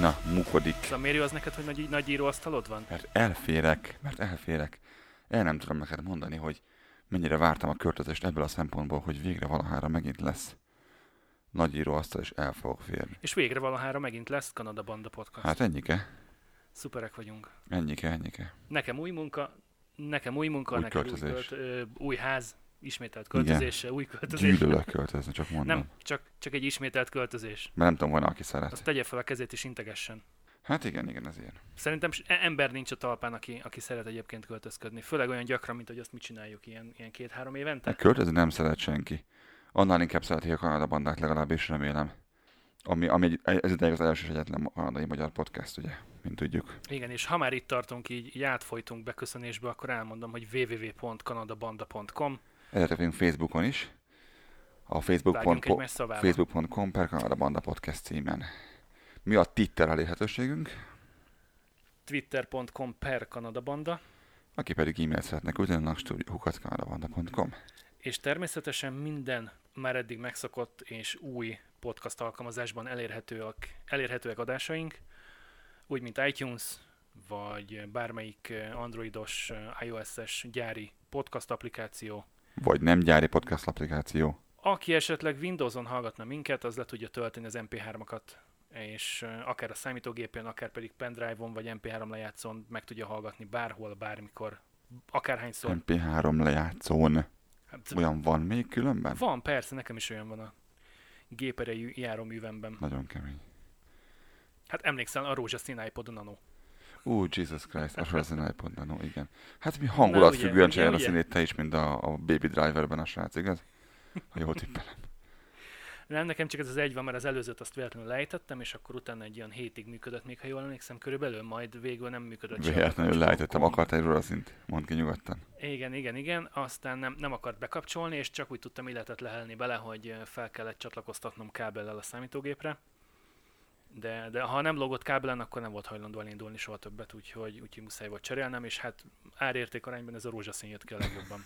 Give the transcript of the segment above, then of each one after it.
Na, mukodik. Szóval miért jó az neked, hogy nagy íróasztalod van? Mert elférek. El nem tudom neked mondani, hogy mennyire vártam a költözést ebből a szempontból, hogy végre valahára megint lesz nagy íróasztal, és el fogok férni. És végre valahára megint lesz Kanada Banda Podcast. Hát ennyike. Szuperek vagyunk. Ennyike. Nekem új munka, Új neked költözés. új ház, ismételt költözéssel, új költözés. Gyűlölök költözni, csak mondom. Nem, csak egy ismételt költözés. Mert nem tudom, van, aki szeret. Azt tegye fel a kezét és integessen. Hát igen, ez ilyen. Szerintem ember nincs a talpán, aki szeret egyébként költözködni. Főleg olyan gyakran, mint hogy azt mit csináljuk ilyen 2-3 évente. Költözni nem szeret senki. Annál inkább szereti a Kanada Bandát, legalábbis remélem. Ami ez ideig az első és egyetlen kanadai magyar podcast, ugye, mint tudjuk. Igen, és ha már itt tartunk, így átfolytunk beköszönésbe, akkor elmondom, hogy www.kanadabanda.com. Ezért vagyunk Facebookon is. A facebook.com per Kanada Banda Podcast címen. Mi a Twitter elérhetőségünk? twitter.com per Kanadabanda. Aki pedig e-mailt szeretne küldeni, studio@kanadabanda.com. És természetesen minden már eddig megszokott és új podcast alkalmazásban elérhetőek adásaink, úgy mint iTunes, vagy bármelyik androidos, iOS-es gyári podcast applikáció. Vagy nem gyári podcast applikáció. Aki esetleg Windowson hallgatna minket, az le tudja tölteni az MP3-akat, és akár a számítógépén, akár pedig pendrive-on, vagy MP3 lejátszón meg tudja hallgatni bárhol, bármikor, akárhányszor. MP3 lejátszón. Hát, olyan van még különben? Van, persze, nekem is olyan van a géperejű jároművemben. Nagyon kemény. Hát emlékszel a rózsaszín iPod Nano. Jesus Christ, a rózsaszín iPod Nano, igen. Hát mi hangulatfüggően csinálod a színét te is, mint a Baby Driverben a srác, igaz? Ha jól tippelem. Nem, nekem csak ez az egy van, mert az előzőt azt véletlenül lejtettem, és akkor utána egy olyan hétig működött, még ha jól emlékszem körülbelül, majd végül nem működött. Véletlenül lejtettem, akartál egy rózsaszínt? Mondd ki nyugodtan. Igen, aztán nem akart bekapcsolni, és csak úgy tudtam illetet lehelni bele, hogy fel kellett csatlakoztatnom kábellel a számítógépre. De ha nem logott kábelen, akkor nem volt hajlandó elindulni soha többet, úgyhogy muszáj volt cserélnem, és hát árérték arányban ez a rózsaszín jött ki a legjobban.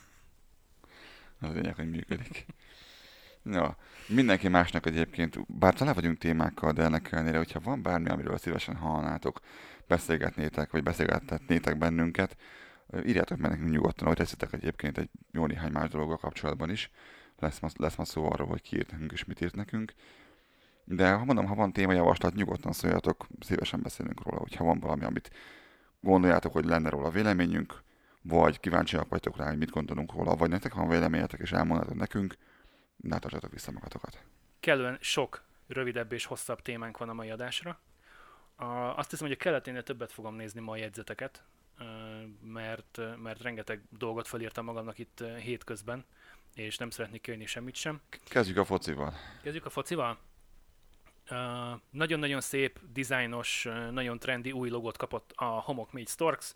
Az lényeg, hogy működik. Ja, mindenki másnak egyébként, bár tele vagyunk témákkal, de ennek ellenére, hogyha van bármi, amiről szívesen hallanátok, beszélgetnétek, vagy beszélgethetnétek bennünket, írjátok meg nekünk nyugodtan, hogy tetszettek egyébként egy jó néhány más dologgal kapcsolatban is. Lesz ma szó arról, hogy ki írt nekünk és mit írt nekünk. De ha van témajavaslat, nyugodtan szóljatok, szívesen beszélünk róla, hogyha van valami, amit gondoljátok, hogy lenne róla véleményünk, vagy kíváncsiak vagytok rá, hogy mit gondolunk róla, vagy nektek van véleményetek és elmondhatok nekünk, ne tartsatok vissza magatokat. Kellően sok rövidebb és hosszabb témánk van a mai adásra. Azt hiszem, hogy a keleténél többet fogom nézni ma a jegyzeteket, mert rengeteg dolgot felírtam magamnak itt hétközben, és nem szeretnék kijönni semmit sem. Kezdjük a focival. Nagyon-nagyon szép, dizájnos, nagyon trendi új logót kapott a Homok Meat Storks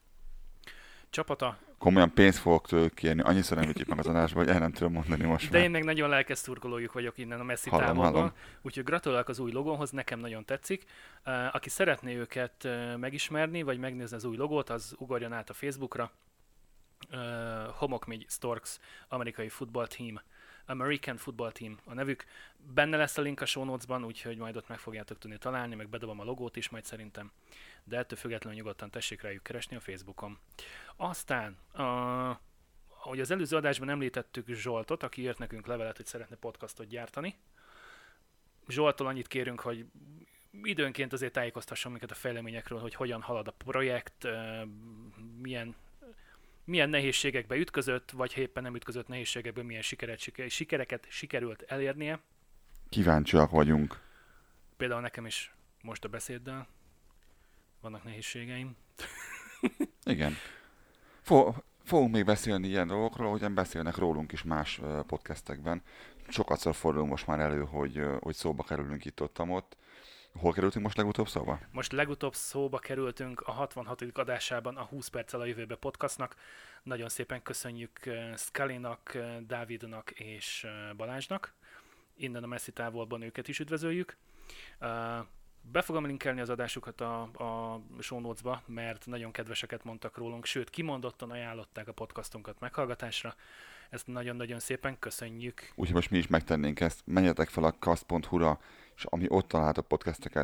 csapata. Komolyan pénzt fogok tőlük kérni, annyiszor nem ütjük meg az adásba, hogy el nem tudom mondani most már. De én meg nagyon lelkes szurkolójuk vagyok innen a messzi távolból, úgyhogy gratulálok az új logóhoz, nekem nagyon tetszik. Aki szeretné őket megismerni, vagy megnézni az új logót, az ugorjon át a Facebookra. Homok Meat Storks, American Football Team a nevük. Benne lesz a link a show notes-ban, úgyhogy majd ott meg fogjátok tudni találni, meg bedobom a logót is majd szerintem. De ettől függetlenül nyugodtan tessék rájuk keresni a Facebookon. Aztán, ahogy az előző adásban említettük Zsoltot, aki írt nekünk levelet, hogy szeretne podcastot gyártani. Zsolttól annyit kérünk, hogy időnként azért tájékoztasson minket a fejleményekről, hogy hogyan halad a projekt, milyen nehézségekbe ütközött, vagy ha éppen nem ütközött nehézségekbe, milyen sikereket sikerült elérnie. Kíváncsiak vagyunk. Például nekem is most a beszéddel vannak nehézségeim. Igen. Fogunk még beszélni ilyen dolgokról, ahogyan beszélnek rólunk is más podcastekben. Sokatszor fordul most már elő, hogy szóba kerülünk itt-ott. Hol kerültünk most legutóbb szóba? Most legutóbb szóba kerültünk a 66. adásában a 20 perccel a jövőbe podcastnak. Nagyon szépen köszönjük Scullynak, Dávidnak és Balázsnak. Innen a messzi távolban őket is üdvözöljük. Be fogom linkelni az adásukat a show notes-ba, mert nagyon kedveseket mondtak rólunk, sőt kimondottan ajánlották a podcastunkat meghallgatásra. Ezt nagyon-nagyon szépen köszönjük. Úgyhogy most mi is megtennénk ezt. Menjetek fel a kast.hu-ra, és ami ott találtok podcasteket,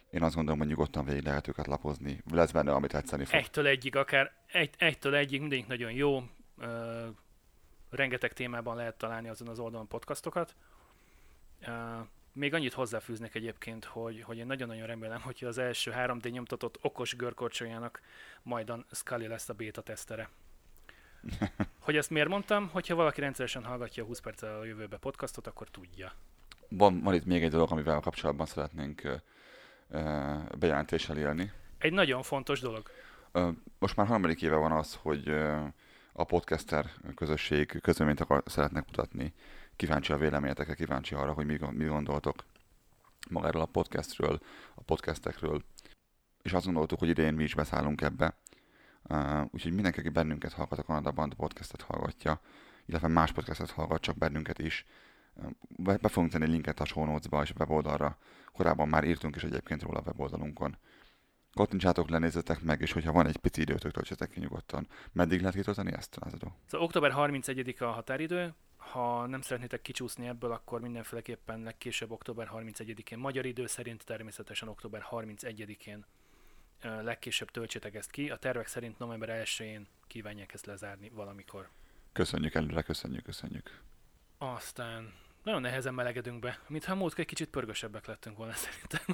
Én azt gondolom, hogy nyugodtan végig lehet őket lapozni. Lesz benne, amit tetszeni fog. Egytől egyig akár, egytől egyig mindegyik nagyon jó. Rengeteg témában lehet találni azon az oldalon podcastokat. Még annyit hozzáfűznek egyébként, hogy én nagyon-nagyon remélem, hogy az első 3D nyomtatott okos görkorcsolyának majdan Scully lesz a beta tesztere. Hogy ezt miért mondtam? Hogyha valaki rendszeresen hallgatja a 20 perccel a jövőbe podcastot, akkor tudja. Van itt még egy dolog, amivel kapcsolatban szeretnénk bejelentéssel élni. Egy nagyon fontos dolog. Most már harmadik éve van az, hogy a podcaster közösség közleményt szeretnek mutatni. Kíváncsi a véleményetekre, kíváncsi arra, hogy mi gondoltok magáról a podcastről, a podcastekről. És azt gondoltuk, hogy idén mi is beszállunk ebbe. Úgyhogy mindenki, aki bennünket hallgat, a Canada Band podcastet hallgatja, illetve más podcastet hallgat, csak bennünket is. Be fogunk tenni linket a show notes-ba és a weboldalra. Korábban már írtunk is egyébként róla a weboldalunkon. Kattintsátok le, nézzetek meg, és hogyha van egy pici időtök, töltsetek ki nyugodtan. Meddig lehet kitölteni ezt, Lázadó? Szóval október 31-a a határidő. Ha nem szeretnétek kicsúszni ebből, akkor mindenféleképpen legkésőbb október 31-én magyar idő szerint, természetesen október 31-én legkésőbb töltsétek ezt ki. A tervek szerint november 1-én kívánják ezt lezárni valamikor. Köszönjük előre, köszönjük. Aztán nagyon nehezen melegedünk be, mintha múltkor egy kicsit pörgösebbek lettünk volna szerintem.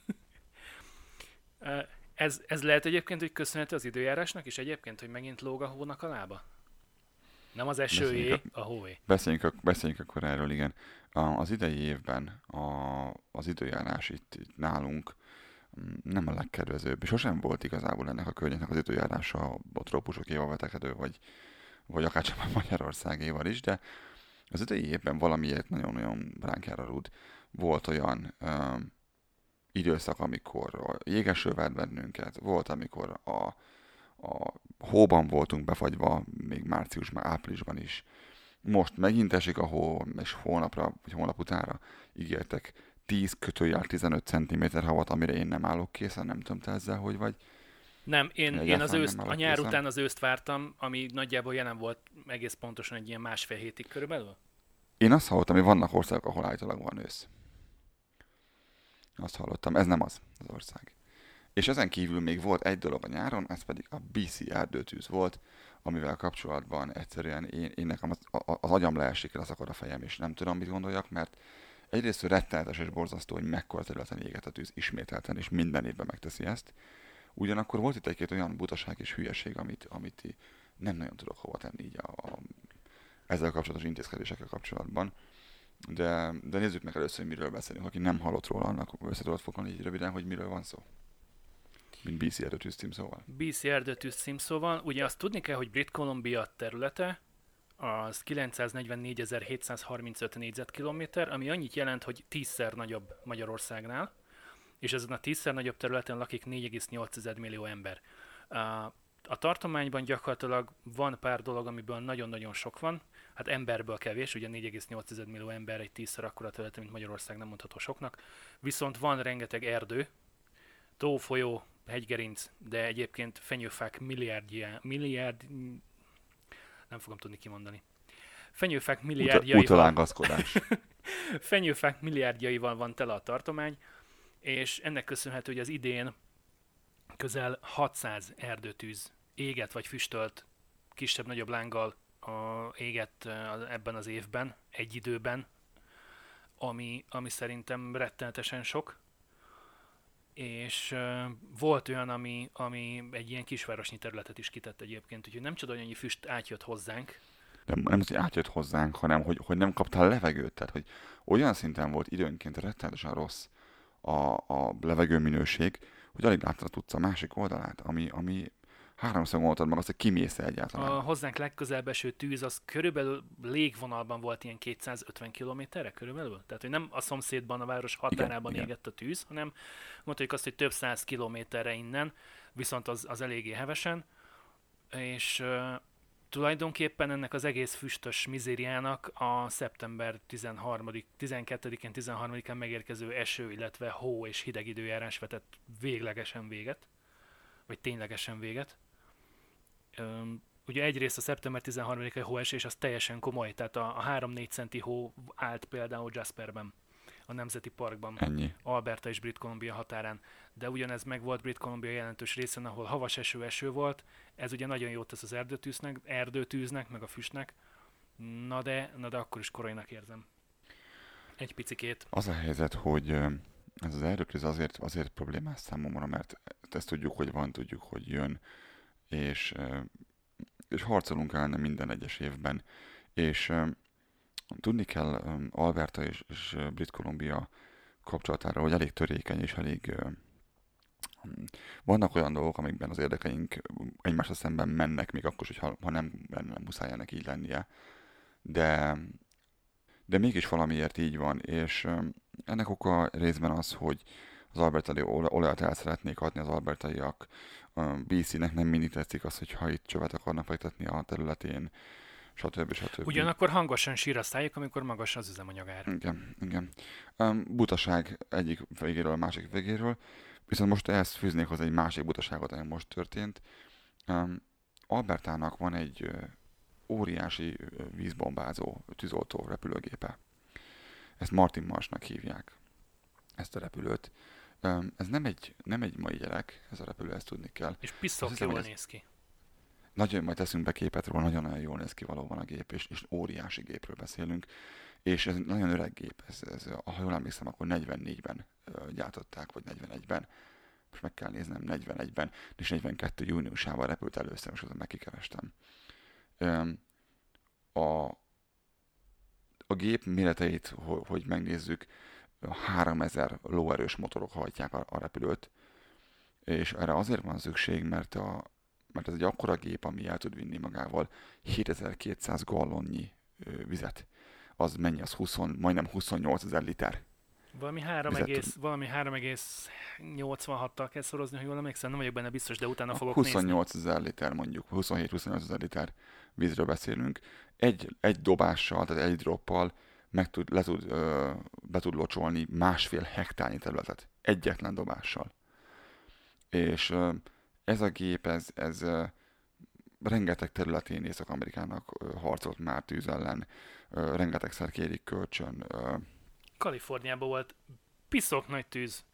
Ez lehet egyébként, hogy köszönhető az időjárásnak, és egyébként, hogy megint lóg a hónak a lába? Nem az esőjé, a hóé. Beszéljünk akkor erről, igen. Az idei évben az időjárás itt nálunk nem a legkedvezőbb, és sosem volt igazából ennek a környéknek az időjárása a trópusokéval vetekedő, vagy akár csak a Magyarországéval is, de az idei évben valamiért nagyon-nagyon ránk elrúd. Volt olyan időszak, amikor a jégeső vert bennünket, volt, amikor a hóban voltunk befagyva, még márciusban, áprilisban is. Most megint esik a hó, és hónapra, vagy hónap utánra ígértek 10-15 cm havat, amire én nem állok készen, nem tudom, te ezzel hogy vagy. Nem, én az őszt, a nyár után az őszt vártam, ami nagyjából jelen volt egész pontosan egy ilyen másfél hétig körülbelül. Én azt hallottam, hogy vannak országok, ahol állítólag van ősz. Azt hallottam, ez nem az ország. És ezen kívül még volt egy dolog a nyáron, ez pedig a BC erdőtűz volt, amivel kapcsolatban egyszerűen én nekem az agyam leesik, leszakad a fejem, és nem tudom, mit gondoljak, mert egyrészt rettenetes és borzasztó, hogy mekkora területen éget a tűz ismételten, és minden évben megteszi ezt. Ugyanakkor volt itt egy-két olyan butaság és hülyeség, amit nem nagyon tudok hova tenni így ezzel kapcsolatos intézkedésekkel kapcsolatban. De nézzük meg először, hogy miről beszélünk. Aki nem hallott róla, annak össze tudod foglalni így röviden, hogy miről van szó. Mint BC erdőtűz címszóval. BC erdőtűz címszóval. Ugye azt tudni kell, hogy Brit Columbia területe az 944.735 négyzetkilométer, ami annyit jelent, hogy 10-szer nagyobb Magyarországnál, és ezen a 10-szer nagyobb területen lakik 4,8 millió ember. A tartományban gyakorlatilag van pár dolog, amiből nagyon-nagyon sok van. Hát emberből kevés, ugye 4,8 millió ember egy 10-szer akkora területen, mint Magyarország, nem mondható soknak. Viszont van rengeteg erdő, tó, folyó, hegygerinc, de egyébként fenyőfák nem fogom tudni kimondani. Fenyőfák milliárdjaival... Utalángaszkodás. Fenyőfák milliárdjaival van tele a tartomány, és ennek köszönhető, hogy az idén közel 600 erdőtűz égett vagy füstölt kisebb-nagyobb lánggal égett ebben az évben, egy időben, ami szerintem rettenetesen sok. És volt olyan, ami egy ilyen kisvárosnyi területet is kitett egyébként, úgyhogy nem csoda, hogy annyi füst átjött hozzánk. Nem az, hogy átjött hozzánk, hanem hogy nem kaptál levegőt. Tehát, hogy olyan szinten volt időnként rettenetesen rossz a levegő minőség, hogy alig láttad a utca másik oldalát, ami háromszor gondoltad meg azt, hogy kimész egyáltalán. A hozzánk legközelebb eső tűz az körülbelül légvonalban volt ilyen 250 kilométerre körülbelül. Tehát, hogy nem a szomszédban, a város határában égett a tűz, hanem mondjuk azt, hogy több száz kilométerre innen, viszont az eléggé hevesen. És tulajdonképpen ennek az egész füstös mizériának a szeptember 12-én, 13-án megérkező eső, illetve hó és hideg időjárás vetett véglegesen véget, vagy ténylegesen véget. Ugye egyrészt a szeptember 13-ai hóesés az teljesen komoly, tehát a 3-4 centi hó állt például Jasperben. a Nemzeti Parkban, Ennyi. Alberta és Brit Columbia határán. De ugyanez meg volt Brit Columbia jelentős részen, ahol havas eső volt. Ez ugye nagyon jót tesz az erdőtűznek, meg a füstnek. Na de akkor is korainak érzem. Egy picikét. Az a helyzet, hogy ez az erdőtűz azért problémás számomra, mert ezt tudjuk, hogy van, tudjuk, hogy jön, és harcolunk ellene minden egyes évben. És tudni kell Alberta és Brit Columbia kapcsolatára, hogy elég törékeny és elég... Vannak olyan dolgok, amikben az érdekeink egymásra szemben mennek, még akkor is, ha nem lenne muszáj ennek így lennie. De mégis valamiért így van, és ennek oka részben az, hogy az albertai olajat el szeretnék adni az albertaiak. BC-nek nem mindig tetszik az, hogyha itt csövet akarnak fektetni a területén, stb. Ugyanakkor hangosan sír a szájuk, amikor magas az üzemanyagár. Igen. Butaság egyik végéről a másik végéről, viszont most ehhez fűznék hozzá egy másik butaságot, ami most történt. Albertának van egy óriási vízbombázó tűzoltó repülőgépe. Ezt Martin Marsnak hívják, ezt a repülőt. Ez nem egy mai gyerek, ez a repülő, ezt tudni kell. És piszok jól néz ki. Nagyon, majd teszünk be képet róla, nagyon jól néz ki valóban a gép, és óriási gépről beszélünk. És ez nagyon öreg gép, ha jól emlékszem, akkor 44-ben gyártották, vagy 41-ben. Most meg kell néznem, 41-ben, és 42 júniusában repült először, most azon megkikerestem. A gép méreteit, hogy megnézzük, 3000 lóerős motorok hajtják a repülőt, és erre azért van szükség, mert ez egy akkora gép, ami el tud vinni magával 7200 gallonnyi vizet. Az mennyi? Az majdnem 28 000 liter. Valami 3,86-tal kell szorozni, ha jól emlékszem, nem vagyok benne biztos, de utána fogok 28 000 liter mondjuk, 27-28 000 liter vízről beszélünk. Egy dobással, tehát egy droppal be tud locsolni 1,5 hektárnyi területet. Egyetlen dobással. És ez a gép, ez rengeteg területén Észak-Amerikának harcolt már tűz ellen, rengetegszer kérik kölcsön. Kaliforniában volt piszok nagy tűz.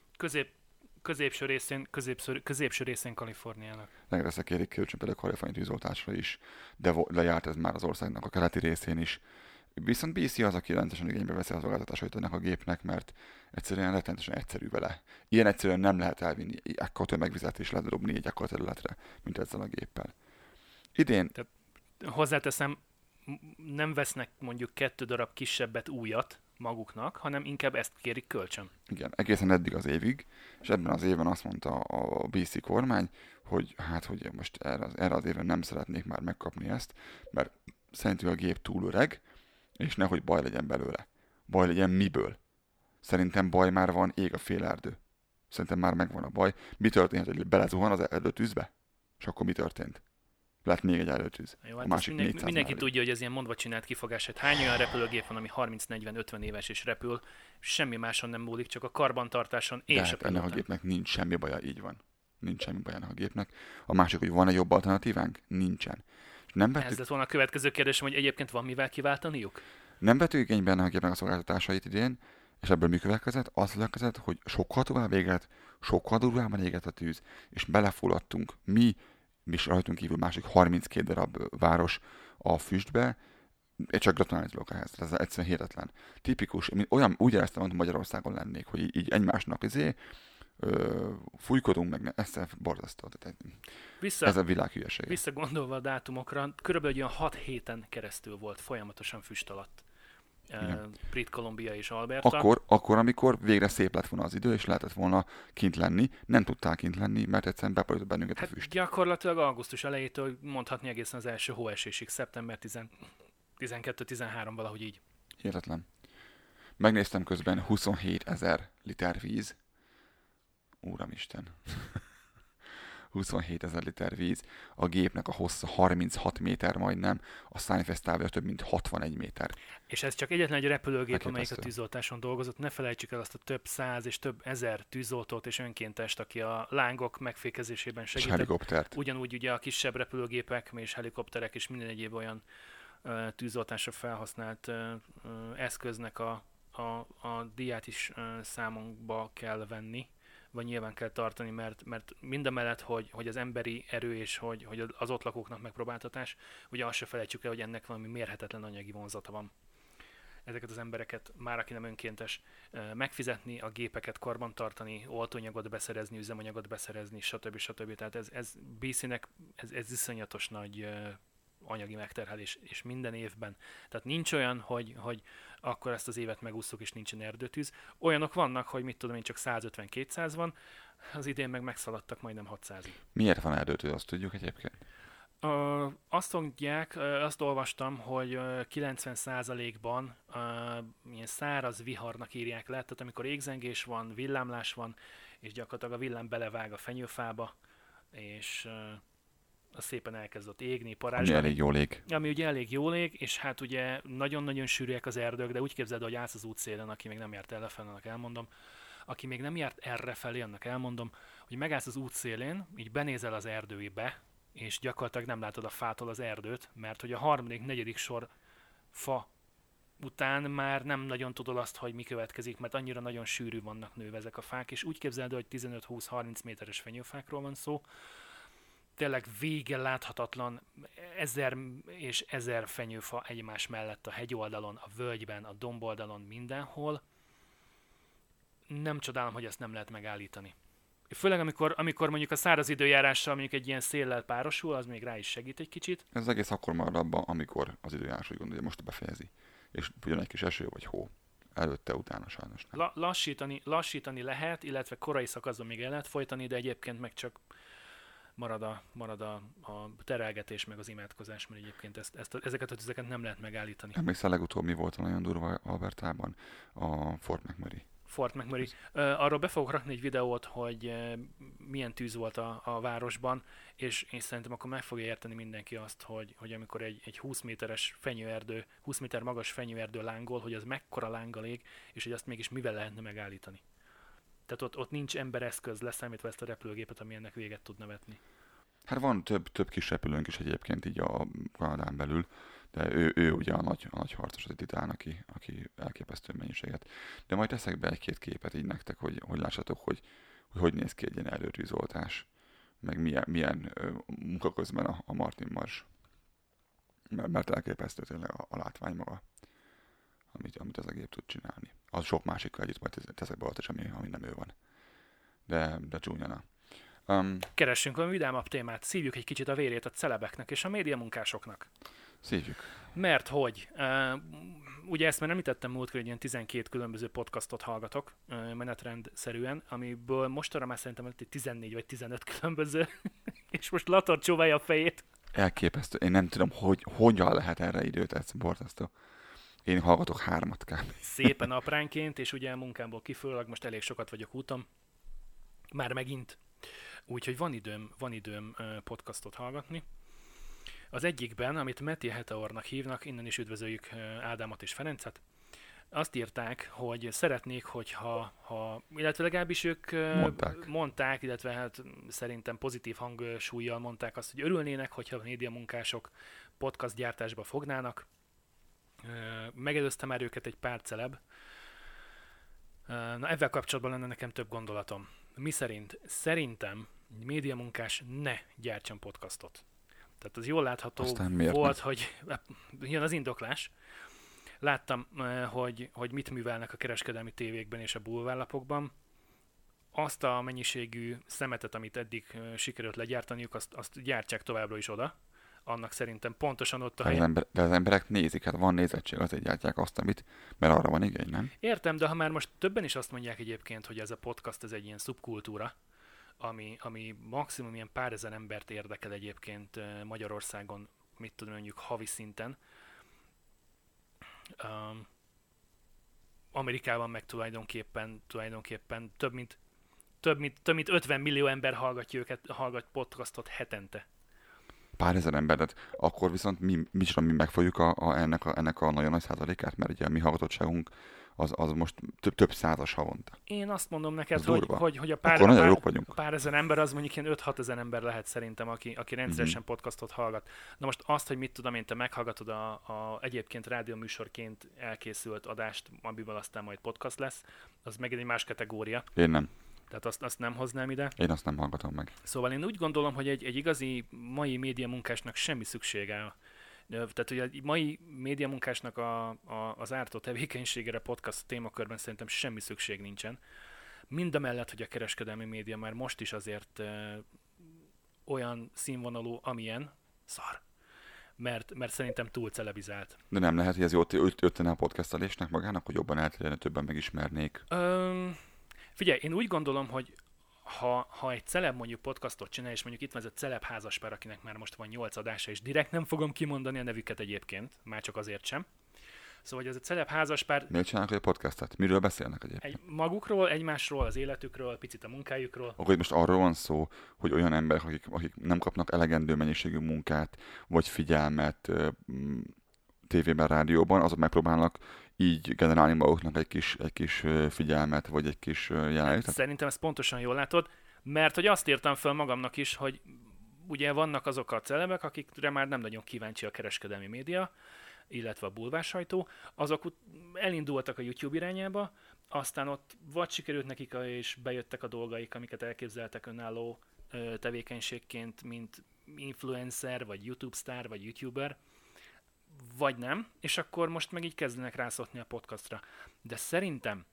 Középső részén Kaliforniának. Rengetegszer kérik kölcsön például kaliforniai tűzoltásra is, de lejárt ez már az országnak a keleti részén is. Viszont BC az, aki rendesen igénybe veszi az szolgáltatásait ennek a gépnek, mert egyszerűen rettenetesen egyszerű vele. Ilyen egyszerűen nem lehet elvinni ekkora tömegvizet és ledobni egy ekkora területre, mint ezzel a géppel. Idén... Tehát, hozzáteszem, nem vesznek mondjuk 2 darab kisebbet újat maguknak, hanem inkább ezt kérik kölcsön. Igen, egészen eddig az évig, és ebben az évben azt mondta a BC kormány, hogy hogy most erre az évre nem szeretnék már megkapni ezt, mert szerintük a gép túl öreg, és nehogy baj legyen belőle. Baj legyen miből? Szerintem baj már van, ég a fél erdő. Szerintem már megvan a baj. Mi történt, hogy belezuhan az erdőtűzbe? És akkor mi történt? Lett még egy erdőtűz. Jó, hát mindenki tudja, hogy ez ilyen mondva csinált kifogás. Hát hány olyan repülőgép van, ami 30-40-50 éves és repül, semmi máson nem múlik, csak a karbantartáson és a pilótán. Ennek a gépnek nincs semmi baja, így van. Nincs semmi baja ennek a gépnek. A másik, hogy van-e jobb alternatívánk? Nincsen. Ez lett volna a következő kérdésem, hogy egyébként van mivel kiváltaniuk? Nem vettük igénybe ennek a gépnek a szolgáltatásait idén, és ebből mi következett? Az következett, hogy sokkal tovább égett, sokkal durvábban égett a tűz, és belefulladtunk mi is rajtunk kívül másik 32 darab város a füstbe, én csak gratulálni tudok ehhez, ez egyszerűen hihetetlen. Tipikus, úgy éreztem, hogy Magyarországon lennék, hogy így egymásnak fújkodunk meg, ez borzasztó. Ez a világ hülyesége. Visszagondolva a dátumokra, körülbelül olyan 6 héten keresztül volt folyamatosan füst alatt Brit Columbia és Alberta. Akkor, amikor végre szép lett volna az idő, és lehetett volna kint lenni, nem tudtál kint lenni, mert egyszerűen beparított bennünket a füst. Gyakorlatilag augusztus elejétől mondhatni egészen az első hóesésig, szeptember 12-13 valahogy így. Hihetetlen. Megnéztem közben 27 000 liter víz. Úramisten. 27 000 liter víz, a gépnek a hossza 36 méter majdnem, a szájfesztávja több mint 61 méter. És ez csak egyetlen egy repülőgép, amelyik a tűzoltáson dolgozott. Ne felejtsük el azt a több száz és több ezer tűzoltót és önkéntest, aki a lángok megfékezésében segített. És helikoptert. Ugyanúgy ugye a kisebb repülőgépek és helikopterek és minden egyéb olyan tűzoltásra felhasznált eszköznek a a díját is számunkba kell venni, vagy nyilván kell tartani, mert mindamellett, hogy az emberi erő és hogy az ott lakóknak megpróbáltatás, ugye azt se felejtsük el, hogy ennek valami mérhetetlen anyagi vonzata van. Ezeket az embereket, már aki nem önkéntes, megfizetni, a gépeket karbantartani, oltóanyagot beszerezni, üzemanyagot beszerezni, stb. Tehát ez BC-nek ez iszonyatos nagy anyagi megterhelés, és minden évben. Tehát nincs olyan, hogy akkor ezt az évet megúszuk, és nincsen erdőtűz. Olyanok vannak, hogy mit tudom én, csak 150-200 van, az idén meg megszaladtak majdnem 600-ig. Miért van erdőtűz, azt tudjuk egyébként? Azt mondják, azt olvastam, hogy 90%-ban ilyen száraz viharnak írják le, tehát amikor égzengés van, villámlás van, és gyakorlatilag a villám belevág a fenyőfába, és az szépen elkezdett égni, parázsni. Ami elég jól ég. Ami ugye elég jól ég, és hát ugye nagyon-nagyon sűrűek az erdők, de úgy képzeld, hogy állsz az útszélen, aki még nem járt errefelé, annak elmondom. Aki még nem járt errefelé, annak elmondom, hogy megállsz az útszélén, így benézel az erdőbe, és gyakorlatilag nem látod a fától az erdőt, mert hogy a harmadik, negyedik sor fa után már nem nagyon tudod azt, hogy mi következik, mert annyira nagyon sűrű vannak nőve ezek a fák, és úgy képzeld, hogy 15-20-30 méteres fenyőfákról van szó, tényleg vége láthatatlan 1000 és 1000 fenyőfa egymás mellett a hegyoldalon, a völgyben, a domboldalon, mindenhol. Nem csodálom, hogy ezt nem lehet megállítani. Főleg amikor mondjuk a száraz időjárással mondjuk egy ilyen széllel párosul, az még rá is segít egy kicsit. Ez az egész akkor marad abban, amikor az időjárás úgy gondolja, most befejezi. És ugyan egy kis eső vagy hó. Előtte, utána sajnos nem. Lassítani lehet, illetve korai szakaszban még el lehet folytani, de egyébként meg csak marad a terelgetés meg az imádkozás, mert egyébként ezeket a tüzeket nem lehet megállítani. Emlékszel, legutóbb mi volt nagyon durva Albertában? A Fort McMurray. Fort McMurray. Arról be fogok rakni egy videót, hogy milyen tűz volt a városban, és én szerintem akkor meg fogja érteni mindenki azt, hogy amikor egy 20 méteres fenyőerdő, 20 méter magas fenyőerdő lángol, hogy az mekkora lánggal ég, és hogy azt mégis mivel lehetne megállítani. Tehát ott nincs embereszköz, leszámítva ezt a repülőgépet, ami ennek véget tudna vetni. Hát van több kis repülőnk is egyébként így a Kanadán belül, de ő ugye a nagy harcos, a titán, aki elképesztő mennyiséget. De majd teszek be egy-két képet így nektek, hogy lássatok, hogy néz ki egy ilyen erdőtűzoltás, meg milyen munka közben a Martin Mars. Mert elképesztő tényleg a látvány maga, amit ez a gép tud csinálni. Az sok másikkal együtt majd teszek be is, ami nem ő van. De csúnyana. Keressünk valami vidámabb témát, szívjuk egy kicsit a vérét a celebeknek és a médiamunkásoknak. Szívjuk. Mert hogy, ugye ezt már említettem múltkor, hogy ilyen 12 különböző podcastot hallgatok menetrendszerűen, amiből mostanra már szerintem 14 vagy 15 különböző, és most Lator csóválja a fejét. Elképesztő. Én nem tudom, hogyan lehet erre időt, ez borzasztó. Én hallgatok 3 kb. Szépen apránként, és ugye a munkámból kifolyólag most elég sokat vagyok úton. Már megint. Úgyhogy van időm podcastot hallgatni. Az egyikben, amit Meti Heteornak hívnak, innen is üdvözöljük Ádámot és Ferencet, azt írták, hogy szeretnék, hogyha, illetve legalábbis ők mondták, illetve hát szerintem pozitív hangsúllyal mondták azt, hogy örülnének, hogyha a médiamunkások podcast gyártásba fognának. Megelőztem már őket egy pár celeb. Na, ezzel kapcsolatban lenne nekem több gondolatom. Mi szerint? Szerintem egy médiamunkás ne gyártson podcastot. Tehát az jól látható volt, hogy jön az indoklás. Láttam, hogy mit művelnek a kereskedelmi tévékben és a bulvárlapokban. Azt a mennyiségű szemetet, amit eddig sikerült legyártaniuk, azt gyártsák továbbra is oda. Annak szerintem pontosan ott a helyen. De az emberek nézik, hát van nézettség, azért gyártják azt, amit, mert arra van igény, nem? Értem, de ha már most többen is azt mondják egyébként, hogy ez a podcast ez egy ilyen szubkultúra, ami maximum ilyen pár ezer embert érdekel egyébként Magyarországon, mit tudom mondjuk havi szinten. Amerikában meg tulajdonképpen több mint 50 millió ember hallgat podcastot hetente. pár ezer emberet, akkor viszont mi megfogjuk ennek a nagyon nagy százalékát, mert ugye a mi hallgatottságunk az most több százas havonta. Én azt mondom neked, Ez hogy durva. a Akkor nagyon jók vagyunk. pár ezer ember az mondjuk ilyen 5-6 ezer ember lehet szerintem, aki rendszeresen podcastot hallgat. Na most azt, hogy mit tudom én, te meghallgatod a egyébként rádióműsorként elkészült adást, amiből aztán majd podcast lesz, az megint egy más kategória. Én nem. Tehát azt nem hoznám ide. Én azt nem hallgatom meg. Szóval én úgy gondolom, hogy egy igazi mai médiamunkásnak semmi szüksége. Tehát, hogy a mai médiamunkásnak az ártó tevékenységére podcast témakörben szerintem semmi szükség nincsen. Mindamellett, hogy a kereskedelmi média már most is azért olyan színvonalú, amilyen szar. Mert szerintem túl celebizált. De nem lehet, hogy ez jót tenne a podcastelésnek magának, hogy jobban elterjedne, többen megismernék? Figyelj, én úgy gondolom, hogy ha egy celeb mondjuk podcastot csinál, és mondjuk itt van ez a celeb házaspár, akinek már most van 8 adása, és direkt nem fogom kimondani a nevüket egyébként, már csak azért sem. Szóval, hogy ez a celeb házaspár... Miért csinálnak egy podcastot? Miről beszélnek egyébként? Magukról, egymásról, az életükről, picit a munkájukról. Akkor most arról van szó, hogy olyan emberek, akik nem kapnak elegendő mennyiségű munkát, vagy figyelmet tévében, rádióban, azok megpróbálnak így generálni maguknak egy kis figyelmet, vagy egy kis jelenlétet? Szerintem ezt pontosan jól látod, mert hogy azt írtam fel magamnak is, hogy ugye vannak azok a celebek, akikre már nem nagyon kíváncsi a kereskedelmi média, illetve a bulvársajtó, azok elindultak a YouTube irányába, aztán ott vagy sikerült nekik, és bejöttek a dolgaik, amiket elképzeltek önálló tevékenységként, mint influencer, vagy YouTube sztár, vagy YouTuber, vagy nem, és akkor most meg így kezdenek rászokni a podcastra. De szerintem,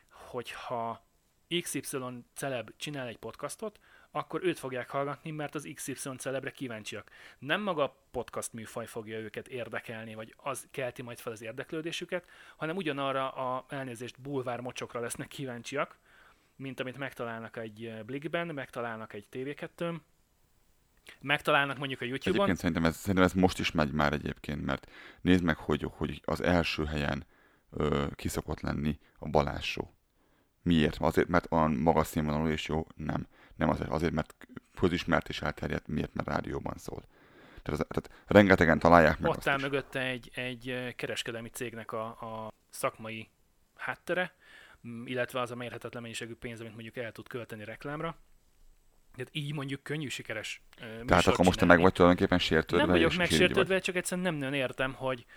hogyha XY celeb csinál egy podcastot, akkor őt fogják hallgatni, mert az XY celebre kíváncsiak. Nem maga a podcast műfaj fogja őket érdekelni, vagy az kelti majd fel az érdeklődésüket, hanem ugyanarra a elnézést bulvár mocsokra lesznek kíváncsiak, mint amit megtalálnak egy Blikben, megtalálnak egy TV2-n, megtalálnak mondjuk a YouTube-on. Egyébként szerintem ez most is megy már egyébként, mert nézd meg, hogy az első helyen ki szokott lenni a Balázs Show. Miért? Azért, mert olyan magas színvonalú és jó? Nem. Nem azért, mert közismert és elterjedt. Miért? Mert rádióban szól. Tehát rengetegen találják meg. Ott áll mögötte egy kereskedelmi cégnek a szakmai háttere, illetve az a mérhetetlen mennyiségű pénz, amit mondjuk el tud költeni reklámra. Tehát így mondjuk könnyű sikeres műsort Tehát akkor most te meg vagy tulajdonképpen sértődve? Nem vagyok megsértődve, csak egyszerűen nem nagyon értem,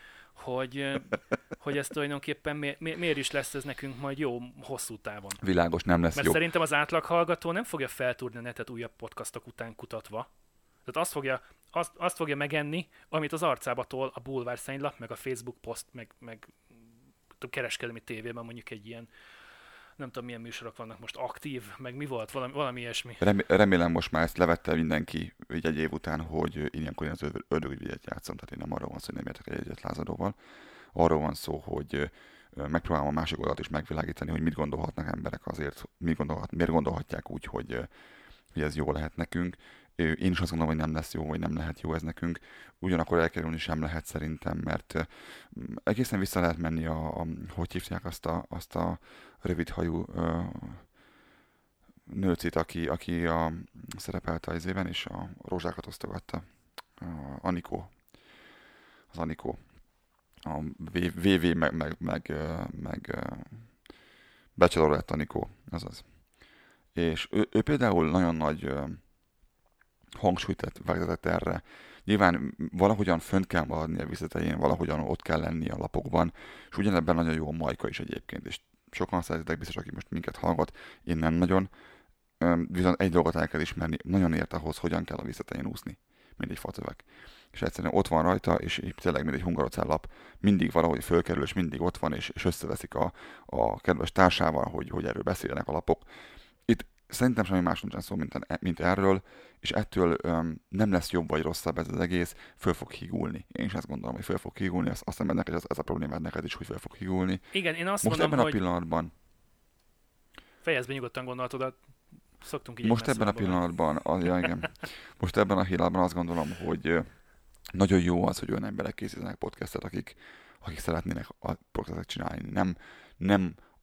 hogy ez tulajdonképpen miért is lesz ez nekünk majd jó hosszú távon. Világos, nem lesz Mert jó. szerintem az átlag hallgató nem fogja feltúrni a netet újabb podcastok után kutatva. Tehát azt fogja megenni, amit az arcába tol a bulvár szennylap, meg a Facebook poszt, meg a kereskedelmi tévében mondjuk egy ilyen, nem tudom milyen műsorok vannak most, aktív, meg mi volt, valami ilyesmi. Remélem most már ezt levette mindenki így egy év után, hogy ilyenkor én az ördögügyet játszom, tehát én nem arról van szó, hogy nem értek egyet lázadóval. Arról van szó, hogy megpróbálom a másik oldalt is megvilágítani, hogy mit gondolhatnak emberek azért, miért gondolhatják úgy, hogy ez jó lehet nekünk. Én is azt gondolom, hogy nem lesz jó, vagy nem lehet jó ez nekünk. Ugyanakkor elkerülni sem lehet szerintem, mert egészen vissza lehet menni hogy hívják azt a rövidhajú nőcit, aki szerepelt az évben, és a rózsákat osztogatta. Anikó. Az Anikó. A VV meg Bachelor lett Anikó, azaz. És ő például nagyon nagy hangsúlyt vezetett erre. Nyilván valahogyan fönt kell maradni a visszatején, valahogyan ott kell lenni a lapokban, és ugyanebben nagyon jó a Majka is egyébként, és sokan szeretitek biztos, aki most minket hallgat, én nem nagyon, viszont egy dolgot el kell ismerni, nagyon ért ahhoz, hogyan kell a visszatején úszni, mint egy facövek. És egyszerűen ott van rajta, és tényleg mint egy hungarocellap, mindig valahogy fölkerül, és mindig ott van, és összeveszik a kedves társával, hogy erről beszélnek a lapok. Itt szerintem semmi más nincsen szó, mint erről, és ettől nem lesz jobb vagy rosszabb ez az egész, föl fog higulni. Én is azt gondolom, hogy föl fog higulni, azt hiszem, neked ez a problémád neked is, hogy föl fog higulni. Igen, én azt most mondom, ebben a pillanatban. Fejezd be nyugodtan gondolatodat, szoktunk így. Most ebben a pillanatban, igen. Most ebben a pillanatban azt gondolom, hogy nagyon jó az, hogy olyan emberek készítenek podcastet, akik szeretnének a podcastet csinálni. Nem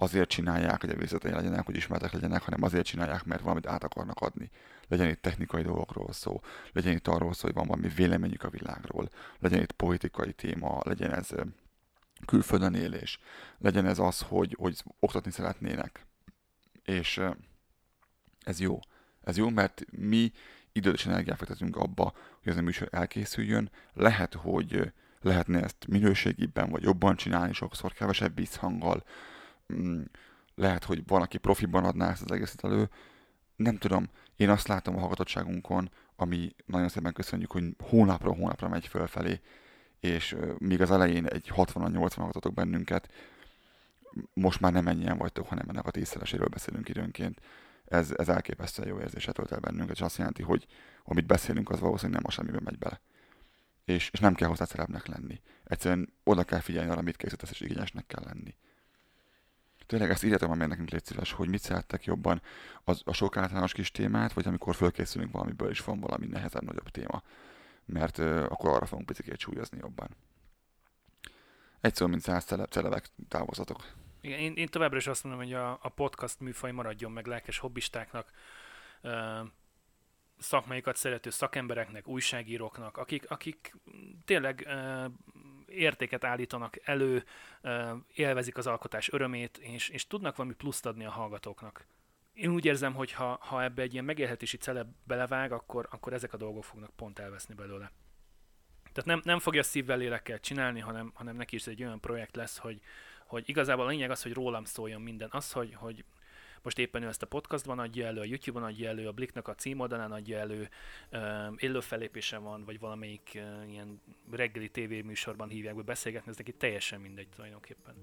azért csinálják, hogy a végzetei legyenek, hogy ismertek legyenek, hanem azért csinálják, mert valamit át akarnak adni. Legyen itt technikai dolgokról szó, legyen itt arról szó, hogy van valami véleményük a világról, legyen itt politikai téma, legyen ez külföldön élés, legyen ez az, hogy oktatni szeretnének. És ez jó. Ez jó, mert mi időt és energiát fektetünk abba, hogy ez a műsor elkészüljön. Lehet, hogy lehetne ezt minőségibben vagy jobban csinálni, sokszor kevesebb visszhanggal. Lehet, hogy van, aki profiban adná ezt az egészet elő. Nem tudom, én azt látom a hallgatottságunkon, ami nagyon szépen köszönjük, hogy hónapról hónapra megy fölfelé, és míg az elején egy 60-80 hallgatotok bennünket, most már nem ennyien vagytok, hanem ennek a 10-szereséről beszélünk időnként. Ez elképesztően jó érzéset tölt el bennünket, és azt jelenti, hogy amit beszélünk, az valószínűleg nem a semmiben megy bele. És nem kell hozzá szerepnek lenni. Egyszerűen oda kell figyelni arra, mit készítesz, és igényesnek kell lenni. Tényleg ezt írjátok már meg nekünk, légy szíves, hogy mit szerettek jobban, a sok általános kis témát, vagy amikor fölkészülünk valamiből, és van valami nehezebb, nagyobb téma. Mert akkor arra fogunk picikét súlyozni jobban. Egy szó, mint 100 celebek, távozatok. Igen, én továbbra is azt mondom, hogy a podcast műfaj maradjon meg lelkes hobbistáknak, szakmaikat szerető szakembereknek, újságíróknak, akik tényleg értéket állítanak elő, élvezik az alkotás örömét, és tudnak valami pluszt adni a hallgatóknak. Én úgy érzem, hogy ha ebbe egy ilyen megélhetési celeb belevág, akkor ezek a dolgok fognak pont elveszni belőle. Tehát nem fogja szívvel, lélekkel csinálni, hanem neki is egy olyan projekt lesz, hogy igazából a lényeg az, hogy rólam szóljon minden. Az, hogy most éppen ő ezt a podcastban adja elő, a YouTube-on adja elő, a Blicknak a címoldalán adja elő, élő fellépése van, vagy valamelyik ilyen reggeli tévéműsorban hívják be beszélgetni, ez neki teljesen mindegy tulajdonképpen.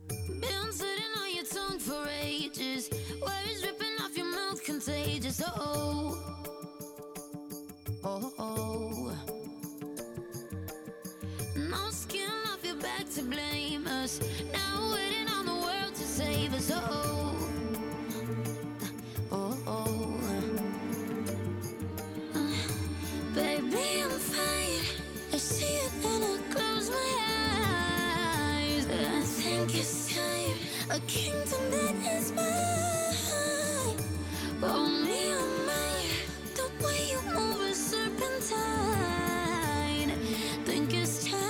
To blame us, now waiting on the world to save us. Baby, I'm fine. I see it and I close my eyes. I think it's time, a kingdom that is mine. Only on mine. The way you move is serpentine. Think it's time.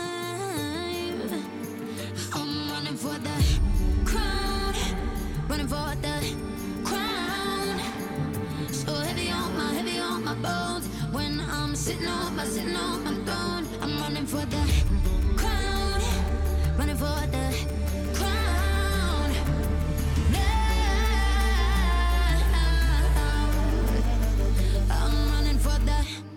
For the crown, running for the crown. So heavy on my bones. When I'm sitting on my throne, I'm running for the crown, running for the crown. Now I'm running for the.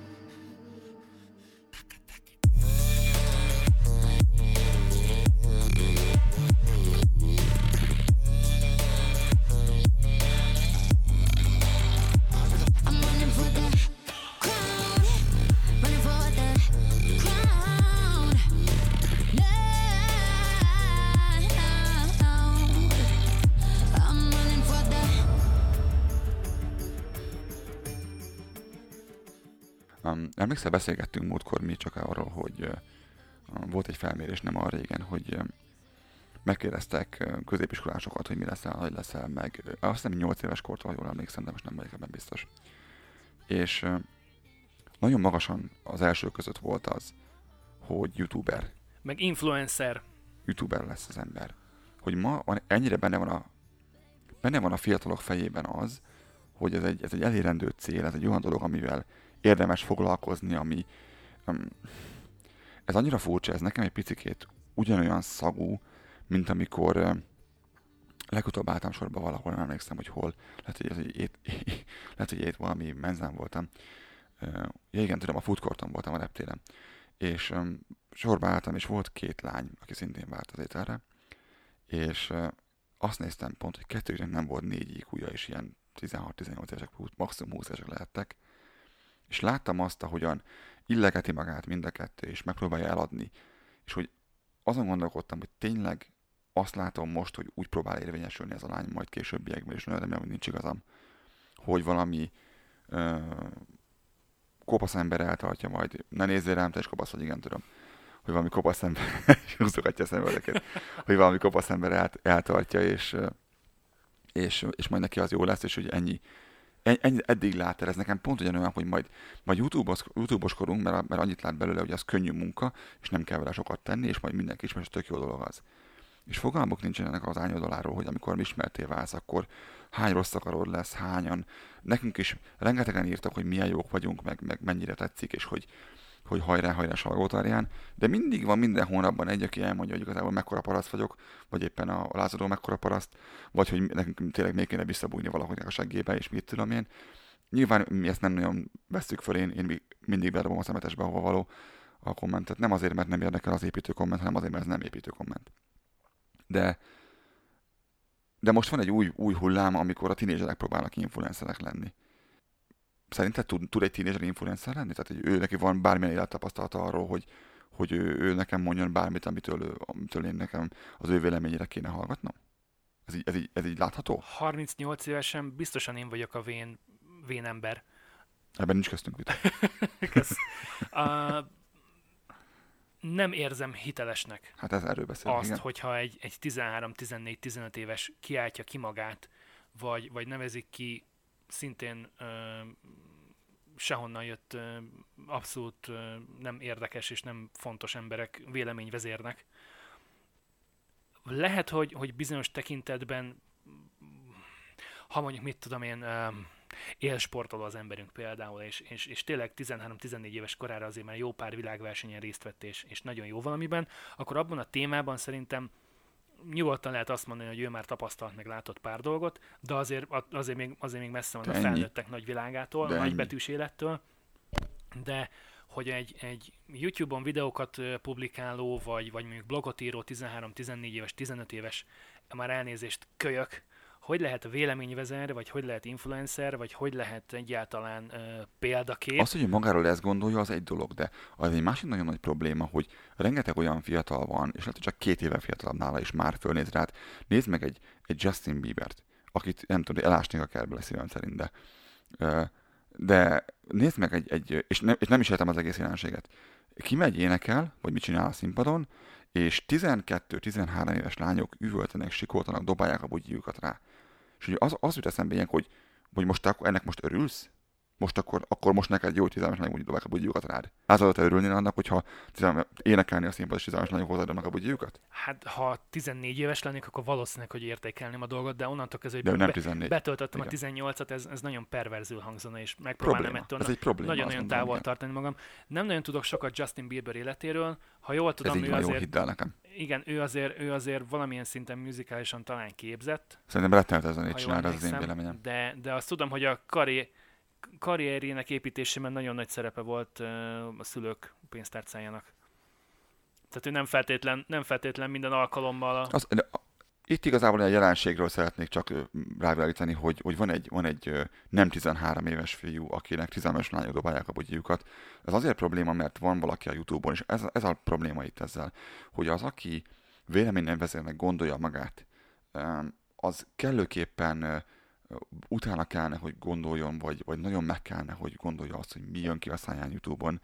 Emlékszel, beszélgettünk múltkor mi csak arról, hogy volt egy felmérés nem olyan régen, hogy megkérdeztek középiskolásokat, hogy mi leszel, hogy leszel, meg azt hiszem 8 éves kortól, jól emlékszem, de most nem vagyok ebben biztos. És nagyon magasan az első között volt az, hogy youtuber. Meg influencer. Youtuber lesz az ember. Hogy ma ennyire benne van a fiatalok fejében az, hogy ez egy elérendő cél, ez egy olyan dolog, amivel érdemes foglalkozni, ami... ez annyira furcsa, ez nekem egy picikét ugyanolyan szagú, mint amikor legutóbb álltam sorba valahol, nem emlékszem, hogy hol. Lehet, hogy itt valami menzán voltam. Ja igen, tudom, a food courton voltam a reptéren. És sorba álltam, és volt 2 lány, aki szintén várt az ételre. És azt néztem pont, hogy 2 nem volt 4 IQ-ja, és ilyen 16-18 évesek, maximum 20 évesek lehettek. És láttam azt, ahogyan illegeti magát mind a kettő, és megpróbálja eladni. És hogy azon gondolkodtam, hogy tényleg azt látom most, hogy úgy próbál érvényesülni ez a lány majd későbbiekben, és nagyon remélem, hogy nincs igazam, hogy valami kopasz ember eltartja majd. Ne nézzél rám, te is kopasz vagy, igen, tudom. Hogy valami kopasz ember, húzogatja a szemüvegeket, hogy valami kopasz ember eltartja, és és majd neki az jó lesz, és hogy ennyi eddig lát el. Ez nekem pont ugyanolyan, hogy majd YouTube-oskodunk, mert annyit lát belőle, hogy az könnyű munka, és nem kell vele sokat tenni, és majd mindenki ismer, és tök jó dolog az. És fogalmuk nincsenek az árnyoldaláról, hogy amikor ismerté válsz, akkor hány rossz akarod lesz, hányan. Nekünk is rengetegen írtak, hogy milyen jók vagyunk, meg mennyire tetszik, és hogy hajrá Salgótarján, de mindig van minden hónapban egy, aki elmondja, hogy igazából mekkora paraszt vagyok, vagy éppen a lázadó mekkora paraszt, vagy hogy nekünk tényleg még kéne visszabújni valahogy a seggébe, és mit tudom én. Nyilván mi ezt nem nagyon vesszük föl, én mindig bedobom a szemetesbe, hova való a kommentet. Nem azért, mert nem érdekel az építő komment, hanem azért, mert ez nem építő komment. De most van egy új hullám, amikor a tinédzserek próbálnak influencerek lenni. Szerinted tud egy tínézser influencer lenni? Tehát, hogy ő neki van bármilyen élettapasztalata arról, hogy ő nekem mondjon bármit, amitől én nekem az ő véleményére kéne hallgatnom? Ez így látható? 38 évesen biztosan én vagyok a vén ember. Ebben nincs köztünk vita. Nem érzem hitelesnek Hát ez erről beszélünk, azt, igen. hogyha egy 13-14-15 éves kiáltja ki magát, vagy nevezik ki szintén sehonnan jött abszolút nem érdekes és nem fontos emberek véleményvezérnek. Lehet, hogy bizonyos tekintetben, ha mondjuk mit tudom én, élsportoló az emberünk például, és tényleg 13-14 éves korára azért már jó pár világversenyen részt vett, és nagyon jó valamiben, akkor abban a témában szerintem nyugodtan lehet azt mondani, hogy ő már tapasztalt, meg látott pár dolgot, de azért még messze van a felnőttek nagy világától, nagybetűs élettől, de hogy egy YouTube-on videókat publikáló, vagy mondjuk blogot író 13-14 éves, 15 éves, már elnézést kölyök, hogy lehet véleményvezer, vagy hogy lehet influencer, vagy hogy lehet egyáltalán példakép. Az, hogy magáról ezt gondolja, az egy dolog, de az egy másik nagyon nagy probléma, hogy rengeteg olyan fiatal van, és lehet, hogy csak 2 éve fiatalabb nála, és már fölnéz rád. Nézd meg egy Justin Biebert, akit nem tudom, elásnék a kertbe szívem szerint, de nézd meg és nem is értem az egész jelenséget. Kimegy, énekel, vagy mit csinál a színpadon, és 12-13 éves lányok üvöltenek, sikoltanak, dobálják a bugyjukat rá. És ugye az jut eszembe ilyen, hogy most ennek most örülsz? Akkor most neked jó, hogy 13 éves lányok úgy dobálják a bugyjukat rád. Lázadó, te örülnél annak, hogyha énekelni a színpadon, és 13 éves lányok hozzáadnak a bugyjukat? Hát, ha 14 éves lennék, akkor valószínűleg, hogy értékelném a dolgot, de onnantól kezdve, hogy betöltöttem a 18-at, ez nagyon perverzül hangzana, és megpróbálnám ettől nagyon-nagyon távol tartani magam. Nem nagyon tudok sokat Justin Bieber életéről. Ha jól tudom, ő azért... hidd el nekem. Igen, ő azért valamilyen szinten muzikálisan talán képzett. Szerintem rettenet ezen így csinálni, ez az én véleményem. De azt tudom, hogy a karrierjének építésében nagyon nagy szerepe volt a szülők pénztárcájának. Tehát ő nem feltétlen minden alkalommal... Itt igazából egy jelenségről szeretnék csak rávilágítani, hogy van egy nem 13 éves fiú, akinek 13 éves lányok dobálják a bugyjukat. Ez azért probléma, mert van valaki a YouTube-on, és ez a probléma itt ezzel, hogy az, aki véleményvezérnek gondolja magát, az kellőképpen utána kellene, hogy gondoljon, vagy nagyon meg kellene, hogy gondolja azt, hogy mi jön ki a száján YouTube-on,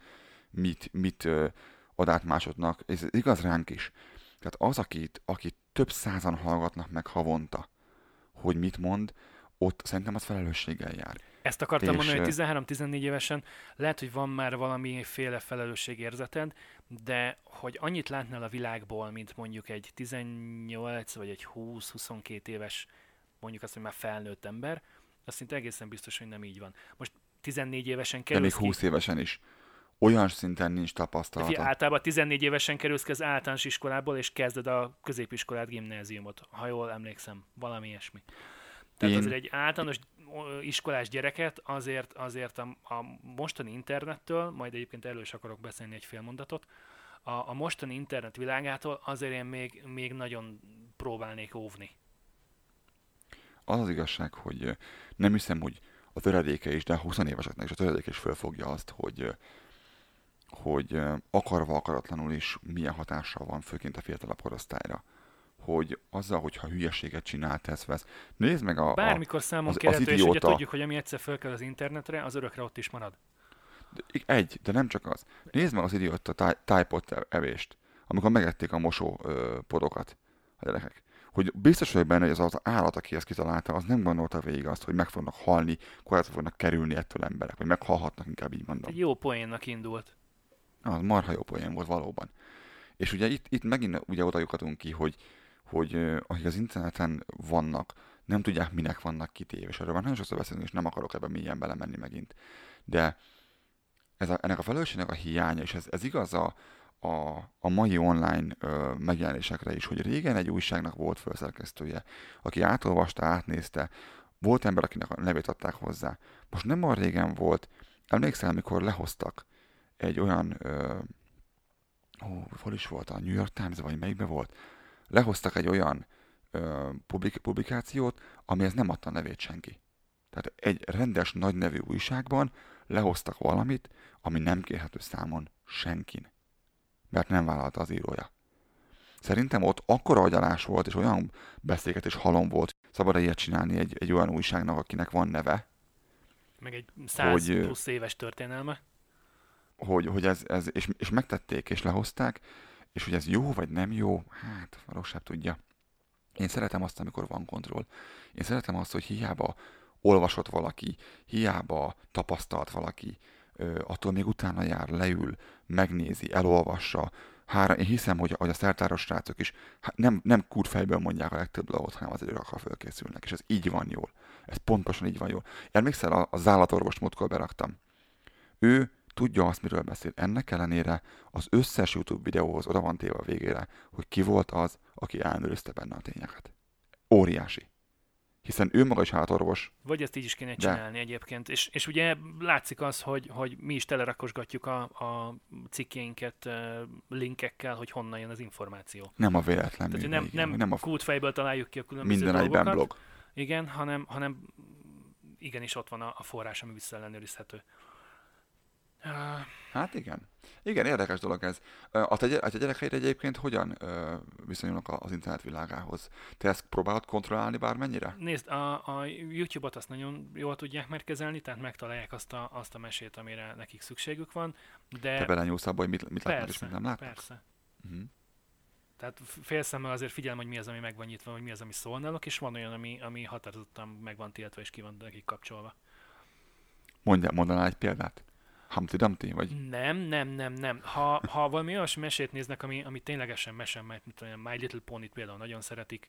mit ad át másodnak. Ez igaz ránk is. Tehát az, akit több százan hallgatnak meg havonta, hogy mit mond, ott szerintem az felelősséggel jár. Ezt akartam mondani, hogy 13-14 évesen lehet, hogy van már valamiféle felelősségérzeted, de hogy annyit látnál a világból, mint mondjuk egy 18 vagy egy 20-22 éves, mondjuk azt, hogy már felnőtt ember, azt szinte egészen biztos, hogy nem így van. Most 14 évesen kerülsz de még 20 évesen is. Olyan szinten nincs tapasztalata. Általában 14 évesen kerülsz ki az általános iskolából, és kezded a középiskolát, gimnáziumot, ha jól emlékszem, valami ilyesmi. Tehát azért egy általános iskolás gyereket azért a mostani internettől, majd egyébként erről is akarok beszélni egy fél mondatot, a mostani internet világától azért én még nagyon próbálnék óvni. Az igazság, hogy nem hiszem, hogy a töredéke is, de 20 éveseknek is a töredéke is fölfogja azt, hogy akarva akaratlanul is milyen hatással van főként a fiatalabb korosztályra. Hogy azzal, hogyha hülyeséget csinál, vesz. Nézd meg bármikor számon kérhető, és ugye tudjuk, hogy ami egyszer fölkel az internetre, az örökre ott is marad. De nem csak az. Nézd meg az idióta tájpot evést, amikor megették a mosópodokat a gyerekek. hogy biztos vagyok benne, hogy az állat, aki ezt kitalálta, az nem gondolta végig azt, hogy meg fognak halni, korlátba fognak kerülni ettől emberek, vagy meghalhatnak, inkább így mondom. Egy jó poénnak indult. Az marha jó poén volt valóban. És ugye itt megint ugye oda lyukadunk ki, hogy akik az interneten vannak, nem tudják, minek vannak kitéve. És erről már nagyon sokszor beszélünk, és nem akarok ebben mélyen belemenni megint. De ennek a felelősségnek a hiánya, és ez igaz a mai online megjelenésekre is, hogy régen egy újságnak volt főszerkesztője, aki átolvasta, átnézte, volt ember, akinek a nevét adták hozzá. Most nem olyan régen volt, emlékszel, amikor lehoztak egy olyan, hol is volt, a New York Times, vagy melyikben volt? Lehoztak egy olyan publikációt, amihez nem adta a nevét senki. Tehát egy rendes, nagy nevű újságban lehoztak valamit, ami nem kérhető számon senkin. Mert nem vállalta az írója. Szerintem ott akkora agyalás volt, és olyan beszélgetés halom volt, szabad ilyet csinálni egy olyan újságnak, akinek van neve. Meg egy 100 plusz éves történelme. Hogy ez és megtették, és lehozták, és hogy ez jó vagy nem jó, hát valóság tudja. Én szeretem azt, amikor van kontroll. Én szeretem azt, hogy hiába olvasott valaki, hiába tapasztalt valaki, attól még utána jár, leül, megnézi, elolvassa. Én hiszem, hogy a szertáros srácok is nem kurtfejből mondják a legtöbb dolgot, hanem azért akar fölkészülnek, és ez így van jól. Ez pontosan így van jól. Emlékszel, a zállatorvost múltkor beraktam. Ő tudja azt, miről beszél. Ennek ellenére az összes YouTube videóhoz oda van téve a végére, hogy ki volt az, aki ellenőrizte benne a tényeket. Óriási. Hiszen ő maga is állatorvos. Vagy ezt így is kéne csinálni egyébként. És ugye látszik az, hogy mi is telerakosgatjuk a cikkeinket linkekkel, hogy honnan jön az információ. Nem a véletlen. Tehát nem a kultfejből találjuk ki a különböző minden dolgokat. egyben blog. Igen, hanem igenis ott van a forrás, ami visszaellenőrizhető. Hát igen. Igen, érdekes dolog ez. A te gyerekeid egyébként hogyan viszonyulnak az internet világához? Te ezt próbálod kontrollálni bármennyire? Nézd, a YouTube-ot azt nagyon jól tudják megkezelni, tehát megtalálják azt a mesét, amire nekik szükségük van, de... Te belenyúlsz abba, hogy mit látnak és mit nem látnak? Persze. Uh-huh. Tehát félszemmel azért figyelem, hogy mi az, ami meg van nyitva, hogy mi az, ami szól náluk, és van olyan, ami határozottan meg van tiltva, és ki van nekik kapcsolva. Mondanál egy példát? Humpty Dumpty, vagy? Nem. Ha valami olyasmi mesét néznek, ami ténylegesen mese, mert mit tudom, My Little Pony-t például nagyon szeretik,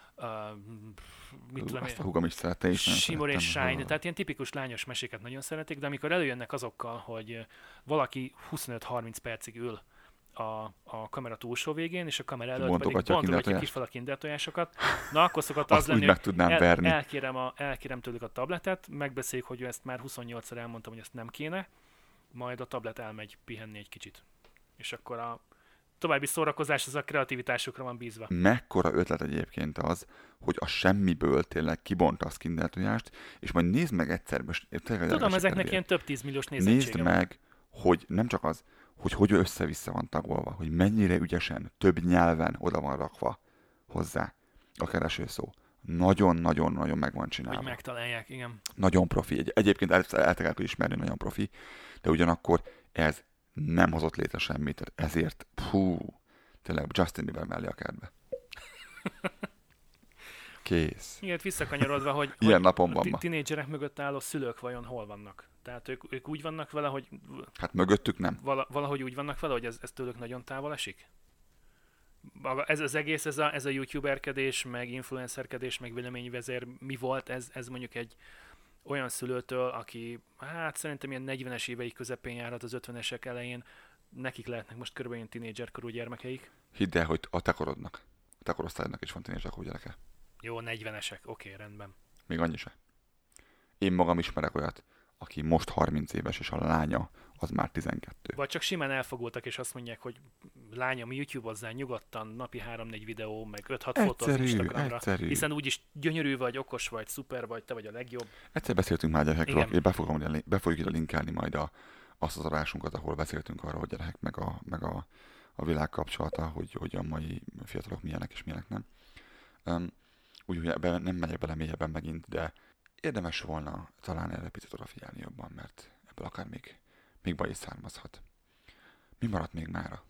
Azt a húgom is szerette, és Shimmer és Shine, tehát ilyen tipikus lányos meséket nagyon szeretik, de amikor előjönnek azokkal, hogy valaki 25-30 percig ül a kamera túlsó végén, és a kamera előtt pedig bontogatja kisfal a kindertojásokat, na akkor szokott az lenni, hogy elkérem tőlük a tabletet, megbeszéljük, hogy ezt már 28-szor elmondtam, hogy ezt nem kéne, majd a tablet elmegy pihenni egy kicsit. És akkor a további szórakozás az a kreativitásukra van bízva. Mekkora ötlet egyébként az, hogy a semmiből tényleg kibontasz kindertojást, és majd nézd meg egyszer. Most, tudom, ezeknek ilyen több 10 milliós nézettsége. Nézd meg, hogy nem csak az, hogy össze-vissza van tagolva, hogy mennyire ügyesen, több nyelven oda van rakva hozzá a keresőszó. Nagyon-nagyon-nagyon meg van csinálva. Hogy megtalálják, igen. Nagyon profi. Egyébként el kell ismerni, nagyon profi, de ugyanakkor ez nem hozott létre semmit, tehát ezért, tényleg Justin Bieber mellé a kertbe. Kész. Igen, visszakanyarodva, hogy ilyen napon van a tinédzserek mögött álló szülők vajon hol vannak? Tehát ők úgy vannak vele, hogy... Hát mögöttük nem. Valahogy úgy vannak vele, hogy ez tőlük nagyon távol esik? Ez az egész, ez a youtuberkedés, meg influencerkedés, meg véleményvezér, mi volt? Ez mondjuk egy olyan szülőtől, aki hát szerintem ilyen 40-es évei közepén járhat, az 50-esek elején, nekik lehetnek most körülbelül ilyen tínédzserkorú gyermekeik. Hidd el, hogy a te korodnak, a te korosztálynak is van tínédzserkorú gyereke. Jó, 40-esek, oké, rendben. Még annyi se. Én magam ismerek olyat, aki most 30 éves, és a lánya az már 12. Vagy csak simán elfogultak, és azt mondják, hogy lányom, YouTube-ozzál nyugodtan, napi 3-4 videó, meg 5-6 fotó az Instagramra. Egyszerű. Hiszen úgyis gyönyörű vagy, okos vagy, szuper vagy, te vagy a legjobb. Egyszer beszéltünk már gyerekekről, én be fogjuk ide linkelni majd azt az adásunkat, ahol beszéltünk arról, hogy gyerekek meg a világ kapcsolata, hogy a mai fiatalok milyenek és milyenek nem. Úgyhogy nem megyek bele mélyebben megint, de érdemes volna talán erre picit odafigyelni jobban, mert ebből akár még baj is származhat. Mi maradt még mára?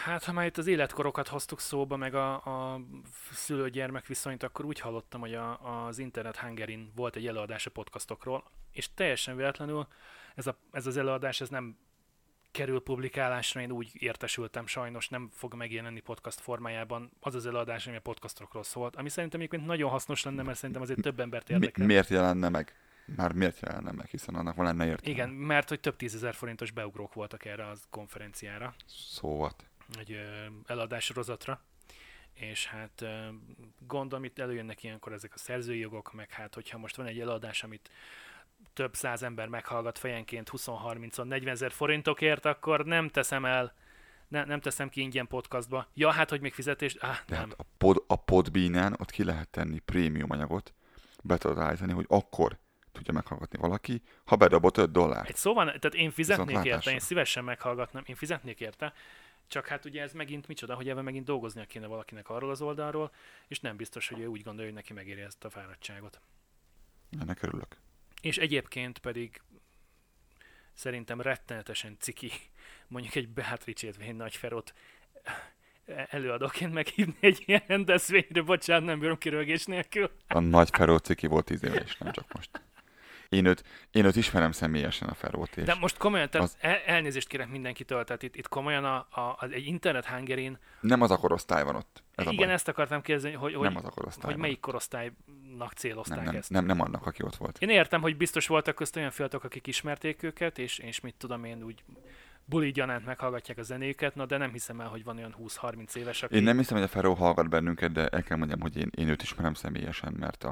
Hát, ha már itt az életkorokat hoztuk szóba, meg a szülő-gyermek viszonyt, akkor úgy hallottam, hogy az Internet Hungarin volt egy előadás a podcastokról, és teljesen véletlenül ez az előadás ez nem kerül publikálásra, én úgy értesültem, sajnos nem fog megjelenni podcast formájában az az előadás, ami a podcastokról szólt, ami szerintem egyébként nagyon hasznos lenne, mert szerintem azért több embert érdekel. Miért jelenne meg? Már miért jelenne meg, hiszen annak van lenne értelme. Igen, mert hogy több 10 000 forintos beugrók voltak erre a konferenciára. Szóval. Egy eladássorozatra, és hát gondolom itt előjönnek ilyenkor ezek a szerzői jogok, meg hát hogyha most van egy eladás, amit több száz ember meghallgat fejenként 20-30-on 40 000 forintokért, akkor nem teszem el, nem teszem ki ingyen podcastba. Ja, hát, hogy még fizetést? De Nem. hát a Podbean-en ott ki lehet tenni prémium anyagot, be tudod állítani, hogy akkor tudja meghallgatni valaki, ha bedobott $5. Egy szóval, tehát én fizetnék érte, látásra. én szívesen meghallgatnám, én fizetnék érte, csak hát ugye ez megint micsoda, hogy ebben megint dolgoznia kéne valakinek arról az oldalról, és nem biztos, hogy ő úgy gondolja, hogy neki megéri ezt a fáradtságot. Ennek örülök. És egyébként pedig szerintem rettenetesen ciki mondjuk egy Beatrice-t vagy egy Nagyferót előadóként meghívni egy ilyen rendezvényre, bocsánat, nem bírom kirölgés nélkül. A nagy Feró ciki volt 10 éve is, nem csak most. Én őt ismerem személyesen, a Ferót. És de most komolyan, tehát elnézést kérek mindenkitől, tehát itt komolyan egy Internet Hungarin. nem az a korosztály van ott. Ez Igen, ezt akartam kérdezni, nem az a korosztály hogy van. melyik korosztálynak célozták ezt. Nem annak, aki ott volt. Én értem, hogy biztos voltak közt olyan fiatalok, akik ismerték őket, és mit tudom én, úgy buli gyanánt meghallgatják a zenéjüket, de nem hiszem el, hogy van olyan 20-30 éves, aki... Én nem hiszem, hogy a Feró hallgat bennünket, de el kell mondjam, hogy én őt ismerem személyesen, mert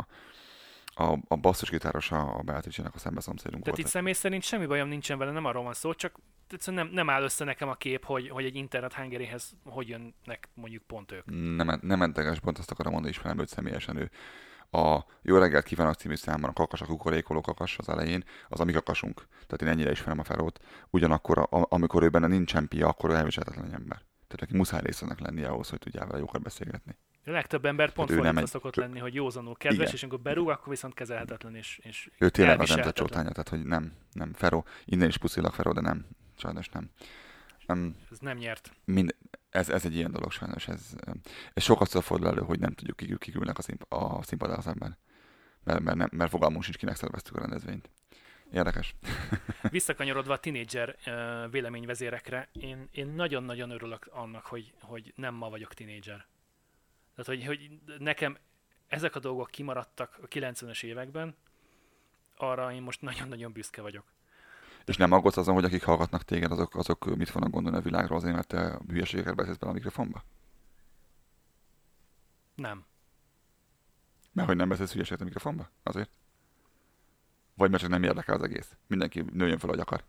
a basszusgitáros a Beatrice-nek a szembeszomszédunk Tehát volt. itt személy szerint semmi bajom nincsen vele, nem arról van szó, csak nem áll össze nekem a kép, hogy egy Internet Hungaryhez hogy jönnek mondjuk pont ők. Nem menteges, pont azt akarom mondani, ismerem őt személyesen. Ő a Jó reggelt kívánok című számban a kakas, a kukorékoló kakas az elején, az a mi kakasunk. Tehát én ennyire ismerem a Ferót. Ugyanakkor, amikor ő benne nincsen pia, akkor ő elviselhetetlen ember. Tehát neki muszáj részlenek lennie ahhoz, hogy tudjál vele jókat beszélgetni. A legtöbb ember pont Hát fordítva szokott lenni, hogy józanul kedves, igen. és amikor berúg, akkor viszont kezelhetetlen és Ő tényleg az elviselhetetlen. ember csótánya, tehát hogy nem Feró. Innen is puszilak Feró, de nem. Sajnos nem. Ez nem nyert. Ez egy ilyen dolog sajnos. Ez sokat fordul elő, hogy nem tudjuk kikülnek a színpadra szemben. Mert fogalmunk sincs, kinek szerveztük a rendezvényt. Érdekes. Visszakanyarodva a tínédzser véleményvezérekre, én nagyon-nagyon örülök annak, hogy nem ma vagyok tínédzser. Tehát, hogy nekem ezek a dolgok kimaradtak a 90-es években, arra én most nagyon-nagyon büszke vagyok. És nem aggódsz azon, hogy akik hallgatnak téged, azok mit fognak gondolni a világról azért, mert te hülyeségeket beszélsz bele a mikrofonba? Nem. Mert hogy nem beszélsz hülyeséget a mikrofonba? Azért? Vagy mert csak nem érdekel az egész? Mindenki nőjön fel, hogy akar.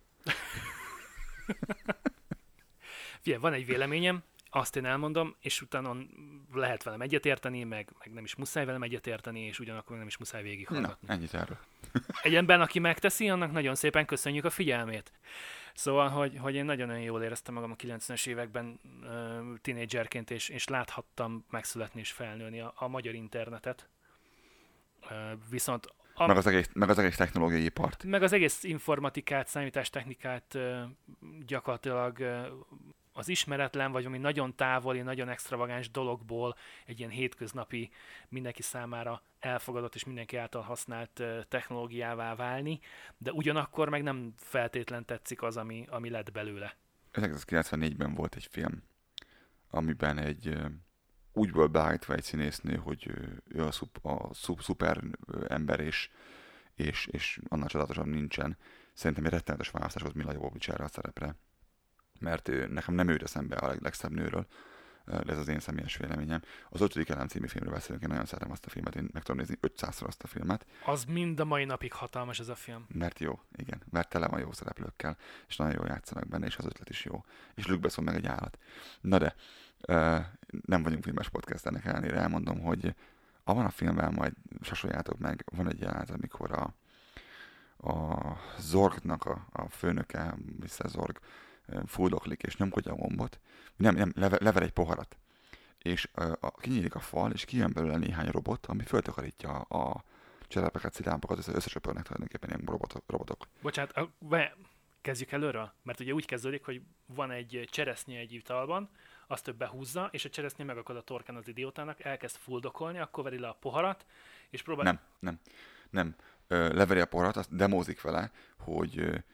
Figyelj, van egy véleményem, azt én elmondom, és utána lehet velem egyetérteni, meg nem is muszáj velem egyetérteni, és ugyanakkor nem is muszáj végighallgatni. Na, ennyit erről. Egy ember, aki megteszi, annak nagyon szépen köszönjük a figyelmét. Szóval, hogy én nagyon-nagyon jól éreztem magam a 90-es években tínédzserként, és láthattam megszületni és felnőni a magyar internetet. Viszont Meg az egész technológiai ipart. meg az egész informatikát, számítástechnikát gyakorlatilag az ismeretlen, vagy ami nagyon távoli, nagyon extravagáns dologból egy ilyen hétköznapi, mindenki számára elfogadott és mindenki által használt technológiává válni, de ugyanakkor meg nem feltétlen tetszik az, ami lett belőle. 1994-ben volt egy film, amiben úgy volt beállítva egy színésznő, hogy ő a szuper ember, és annál csodálatosabb nincsen. Szerintem egy rettenetes választás volt Mila Jovovich erre a szerepre. Mert nekem nem őt eszembe a legszebb nőről, ez az én személyes véleményem. Az 5. elem című filmről beszélünk, én nagyon szeretem azt a filmet, én meg tudom nézni 500-szor azt a filmet. Az mind a mai napig hatalmas ez a film. Mert jó, igen, mert tele van jó szereplőkkel, és nagyon jól játszanak benne, és az ötlet is jó. És Luc Besson meg egy állat. Na de, nem vagyunk filmes podcast, ennek ellenére elmondom, hogy abban a filmben majd sasoljátok meg, van egy jelenet, amikor a Zorgnak a főnöke, Mr. Zorg, fuldoklik és nyomkodja a gombot, lever egy poharat, és kinyílik a fal, és kijön belőle néhány robot, ami föltakarítja a cselepeket, szilámpokat, összesöpörnek tulajdonképpen ilyen robotok. Bocsánat, kezdjük előről? Mert ugye úgy kezdődik, hogy van egy cseresznye egy italban, azt ő behúzza, és a cseresznye megakad a torkán az idiótának, elkezd fuldokolni, akkor veri le a poharat, és próbál... Nem. Leveri a poharat, azt demózik vele, hogy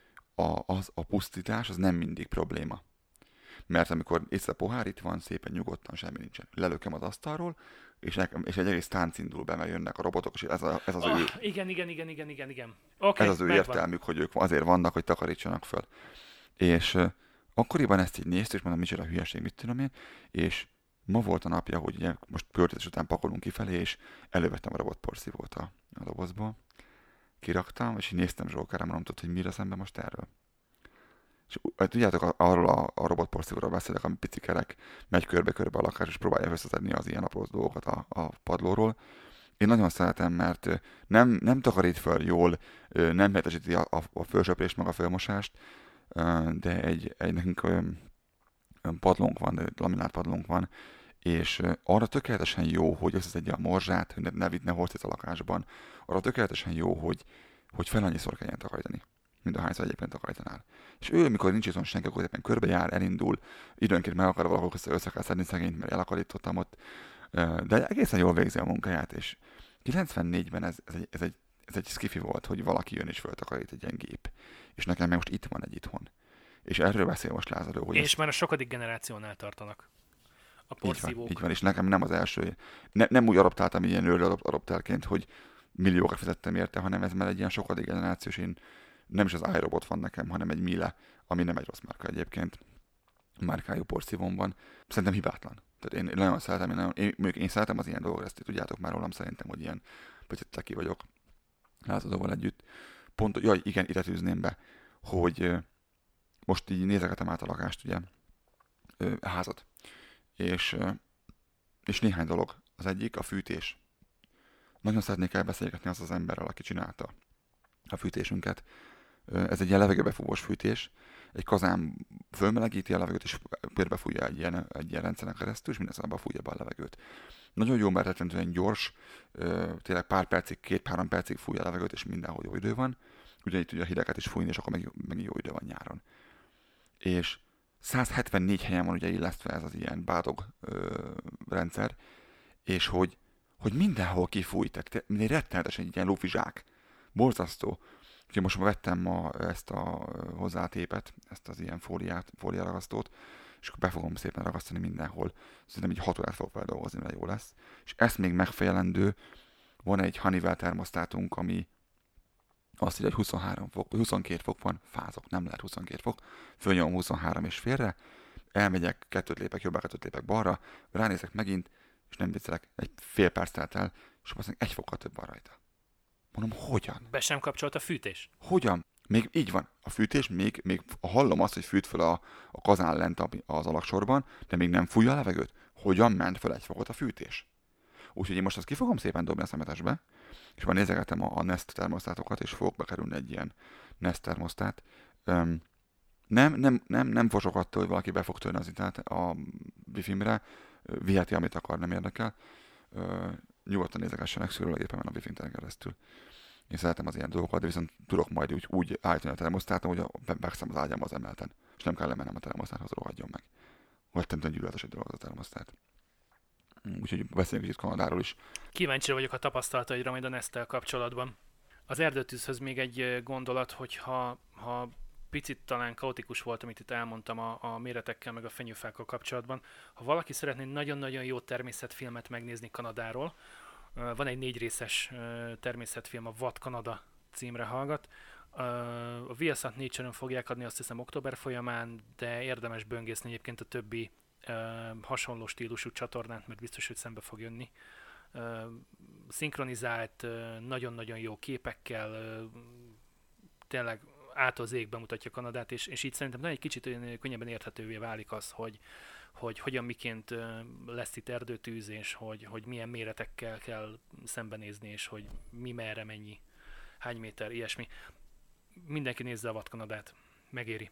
a pusztítás az nem mindig probléma. Mert amikor észre a pohár, itt van, szépen nyugodtan, semmi nincsen. Lelököm az asztalról, és egy egész tánc indul be, mert jönnek a robotok, és ez az ő... Igen. Okay, ez az ő értelmük, hogy ők azért vannak, hogy takarítsanak föl. És akkoriban ezt így néztük, és mondom, micsoda hülyeség, mit tudom én, és ma volt a napja, hogy ugye most költözés után pakolunk kifelé, és elővettem a robotporszívót a dobozból. Kiraktam, és így néztem Zsolkára, mondom, hogy mire szemben most erről. És tudjátok, arról a robotporszívóról beszélek, ami pici kerek, megy körbe-körbe a lakás, és próbálja összeszedni az ilyen apró dolgokat a padlóról. Én nagyon szeretem, mert nem takarít föl jól, nem helyettesíti a fölsöprést, meg a fölmosást, de nekünk padlónk van, laminált padlónk van, és arra tökéletesen jó, hogy összeszedje a morzsát, hogy ne hordít a lakásban. Arra tökéletesen jó, hogy fel annyiszor kelljen takarítani, mint ahányszor egyébként takarítanál. És ő, amikor nincs itthon senki, akkor éppen körbejár, elindul, időnként meg akar valahol össze kell szedni szegényt, mert elakaritottam ott, de egészen jól végzi a munkáját, és 94-ben ez egy skifi volt, hogy valaki jön és föltakarít egy ilyen gép. És nekem meg most itt van egy itthon. És erről beszél most Lázadó, hogy... És már a sokadik generációnál tartanak. A porszívók. Így van, és nekem nem az első. Nem úgy adoptáltam ilyen early adoptálként, hogy milliókat fizettem érte, hanem ez már egy ilyen sokadik generációs, én nem is az iRobot van nekem, hanem egy Miele, ami nem egy rossz márka egyébként. Márkájú porszívón van. Szerintem hibátlan. Tehát én nagyon szeretem, én szeretem az ilyen dolgokat, ezt tudjátok már rólam szerintem, hogy ilyen picit teki vagyok Lázadóval együtt. Igen, ide tűzném be, hogy most így nézegetem át a lakást, ugye, a házat. És néhány dolog. Az egyik a fűtés. Nagyon szeretnék elbeszélgetni az emberrel, aki csinálta a fűtésünket. Ez egy ilyen levegőbefúvós fűtés. Egy kazán fölmelegíti a levegőt, és körbefújja egy ilyen rendszeren keresztül, és minden szabban fújja be a levegőt. Nagyon jó, mert rettentően gyors, tényleg pár percig, 2-3 percig fújja a levegőt, és mindenhol jó idő van. Ugyanígy tudja a hideget is fújni, és akkor meg jó idő van nyáron. És 174 helyen van ugye illesztve ez az ilyen bádog rendszer, és hogy mindenhol kifújt, tehát egy rettenetesen egy ilyen lófizsák. Borzasztó. Úgyhogy most vettem ezt a hozzátépet, ezt az ilyen fóliaragasztót, és akkor be fogom szépen ragasztani mindenhol. Szerintem így 6 órát fogok feldolgozni, mert jó lesz. És ezt még megfejelendő, van egy Honeywell termosztátunk, ami azt írja, hogy 22 fok van, fázok, nem lehet 22 fok, fölnyomom 23 és félre, elmegyek, 2 lépek jobbra, 2 lépek balra, ránézek megint, és nem viccelek, egy fél perc telt el, és azt mondjuk 1 fokkal több van rajta. Mondom, hogyan? Be sem kapcsolt a fűtés? Hogyan? Még így van. A fűtés, még hallom azt, hogy fűt fel a kazán lent az alaksorban, de még nem fújja a levegőt. Hogyan ment fel 1 fokot a fűtés? Úgyhogy én most azt ki fogom szépen dobni a szemetesbe, és már nézegetem a Nest termosztátokat, és fogok bekerülni egy ilyen Nest termosztát. Nem fosok attól, hogy valaki be fog törni az italt a Wi-Fi-mre, viheti, amit akar, nem érdekel. Nyugodtan nézegessenek szűrőlegépen a Wi-Fi-n keresztül. Én szeretem az ilyen dolgokat, de viszont tudok majd úgy állítani a termosztáton, hogy bekszem az ágyam az emelten, és nem kell lemennem a termosztáthoz, rohadjon meg. Rettentően gyűlöletes egy dolog az a termosztát. Úgyhogy beszéljünk itt Kanadáról is. Kíváncsi vagyok a tapasztalataidra majd a Nesttel kapcsolatban. Az erdőtűzhöz még egy gondolat, hogy ha picit talán kaotikus volt, amit itt elmondtam a méretekkel, meg a fenyőfákkal kapcsolatban. Ha valaki szeretné nagyon-nagyon jó természetfilmet megnézni Kanadáról, van egy 4 részes természetfilm, a Vad Kanada címre hallgat. A Viasat Nature-ön fogják adni, azt hiszem október folyamán, de érdemes böngészni egyébként a többi hasonló stílusú csatornát, mert biztos, hogy szembe fog jönni. Szinkronizált, nagyon-nagyon jó képekkel, tényleg át az ég bemutatja Kanadát, és így szerintem egy kicsit könnyebben érthetővé válik az, hogy hogyan miként lesz itt erdőtűz, és hogy milyen méretekkel kell szembenézni, és hogy mi merre mennyi, hány méter, ilyesmi. Mindenki nézze a Vad Kanadát. Megéri.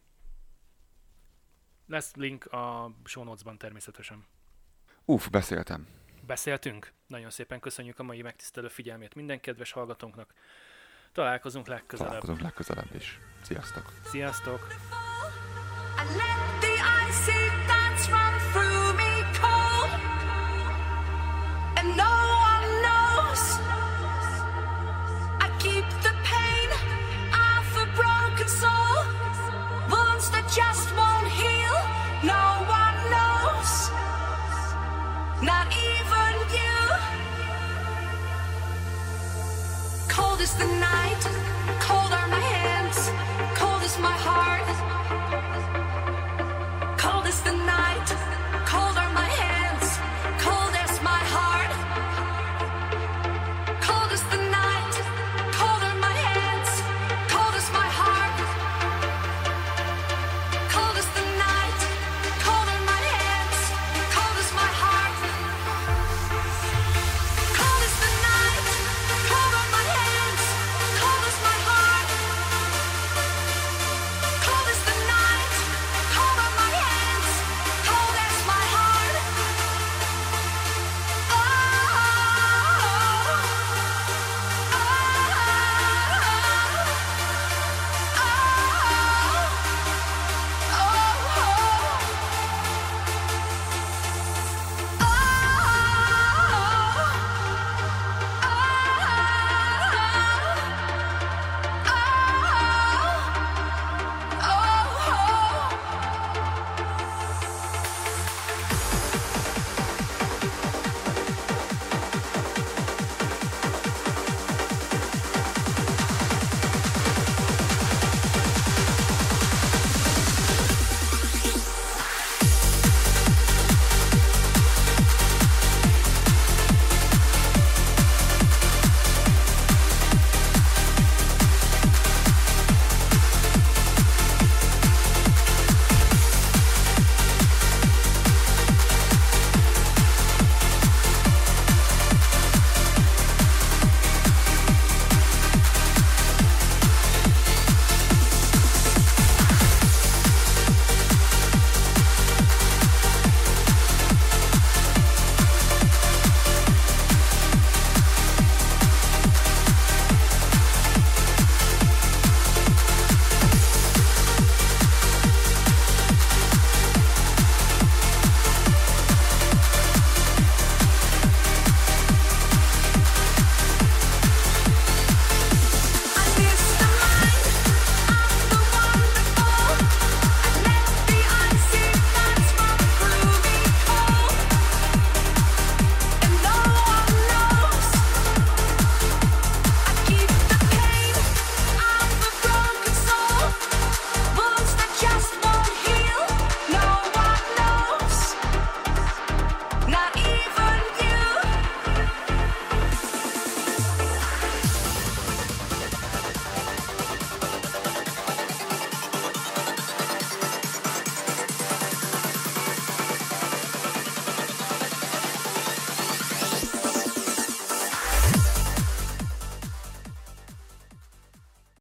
Lesz link a show notes-ban természetesen. Beszéltem. Beszéltünk? Nagyon szépen köszönjük a mai megtisztelő figyelmét minden kedves hallgatónknak. Találkozunk legközelebb is. Sziasztok! Sziasztok! I let the ice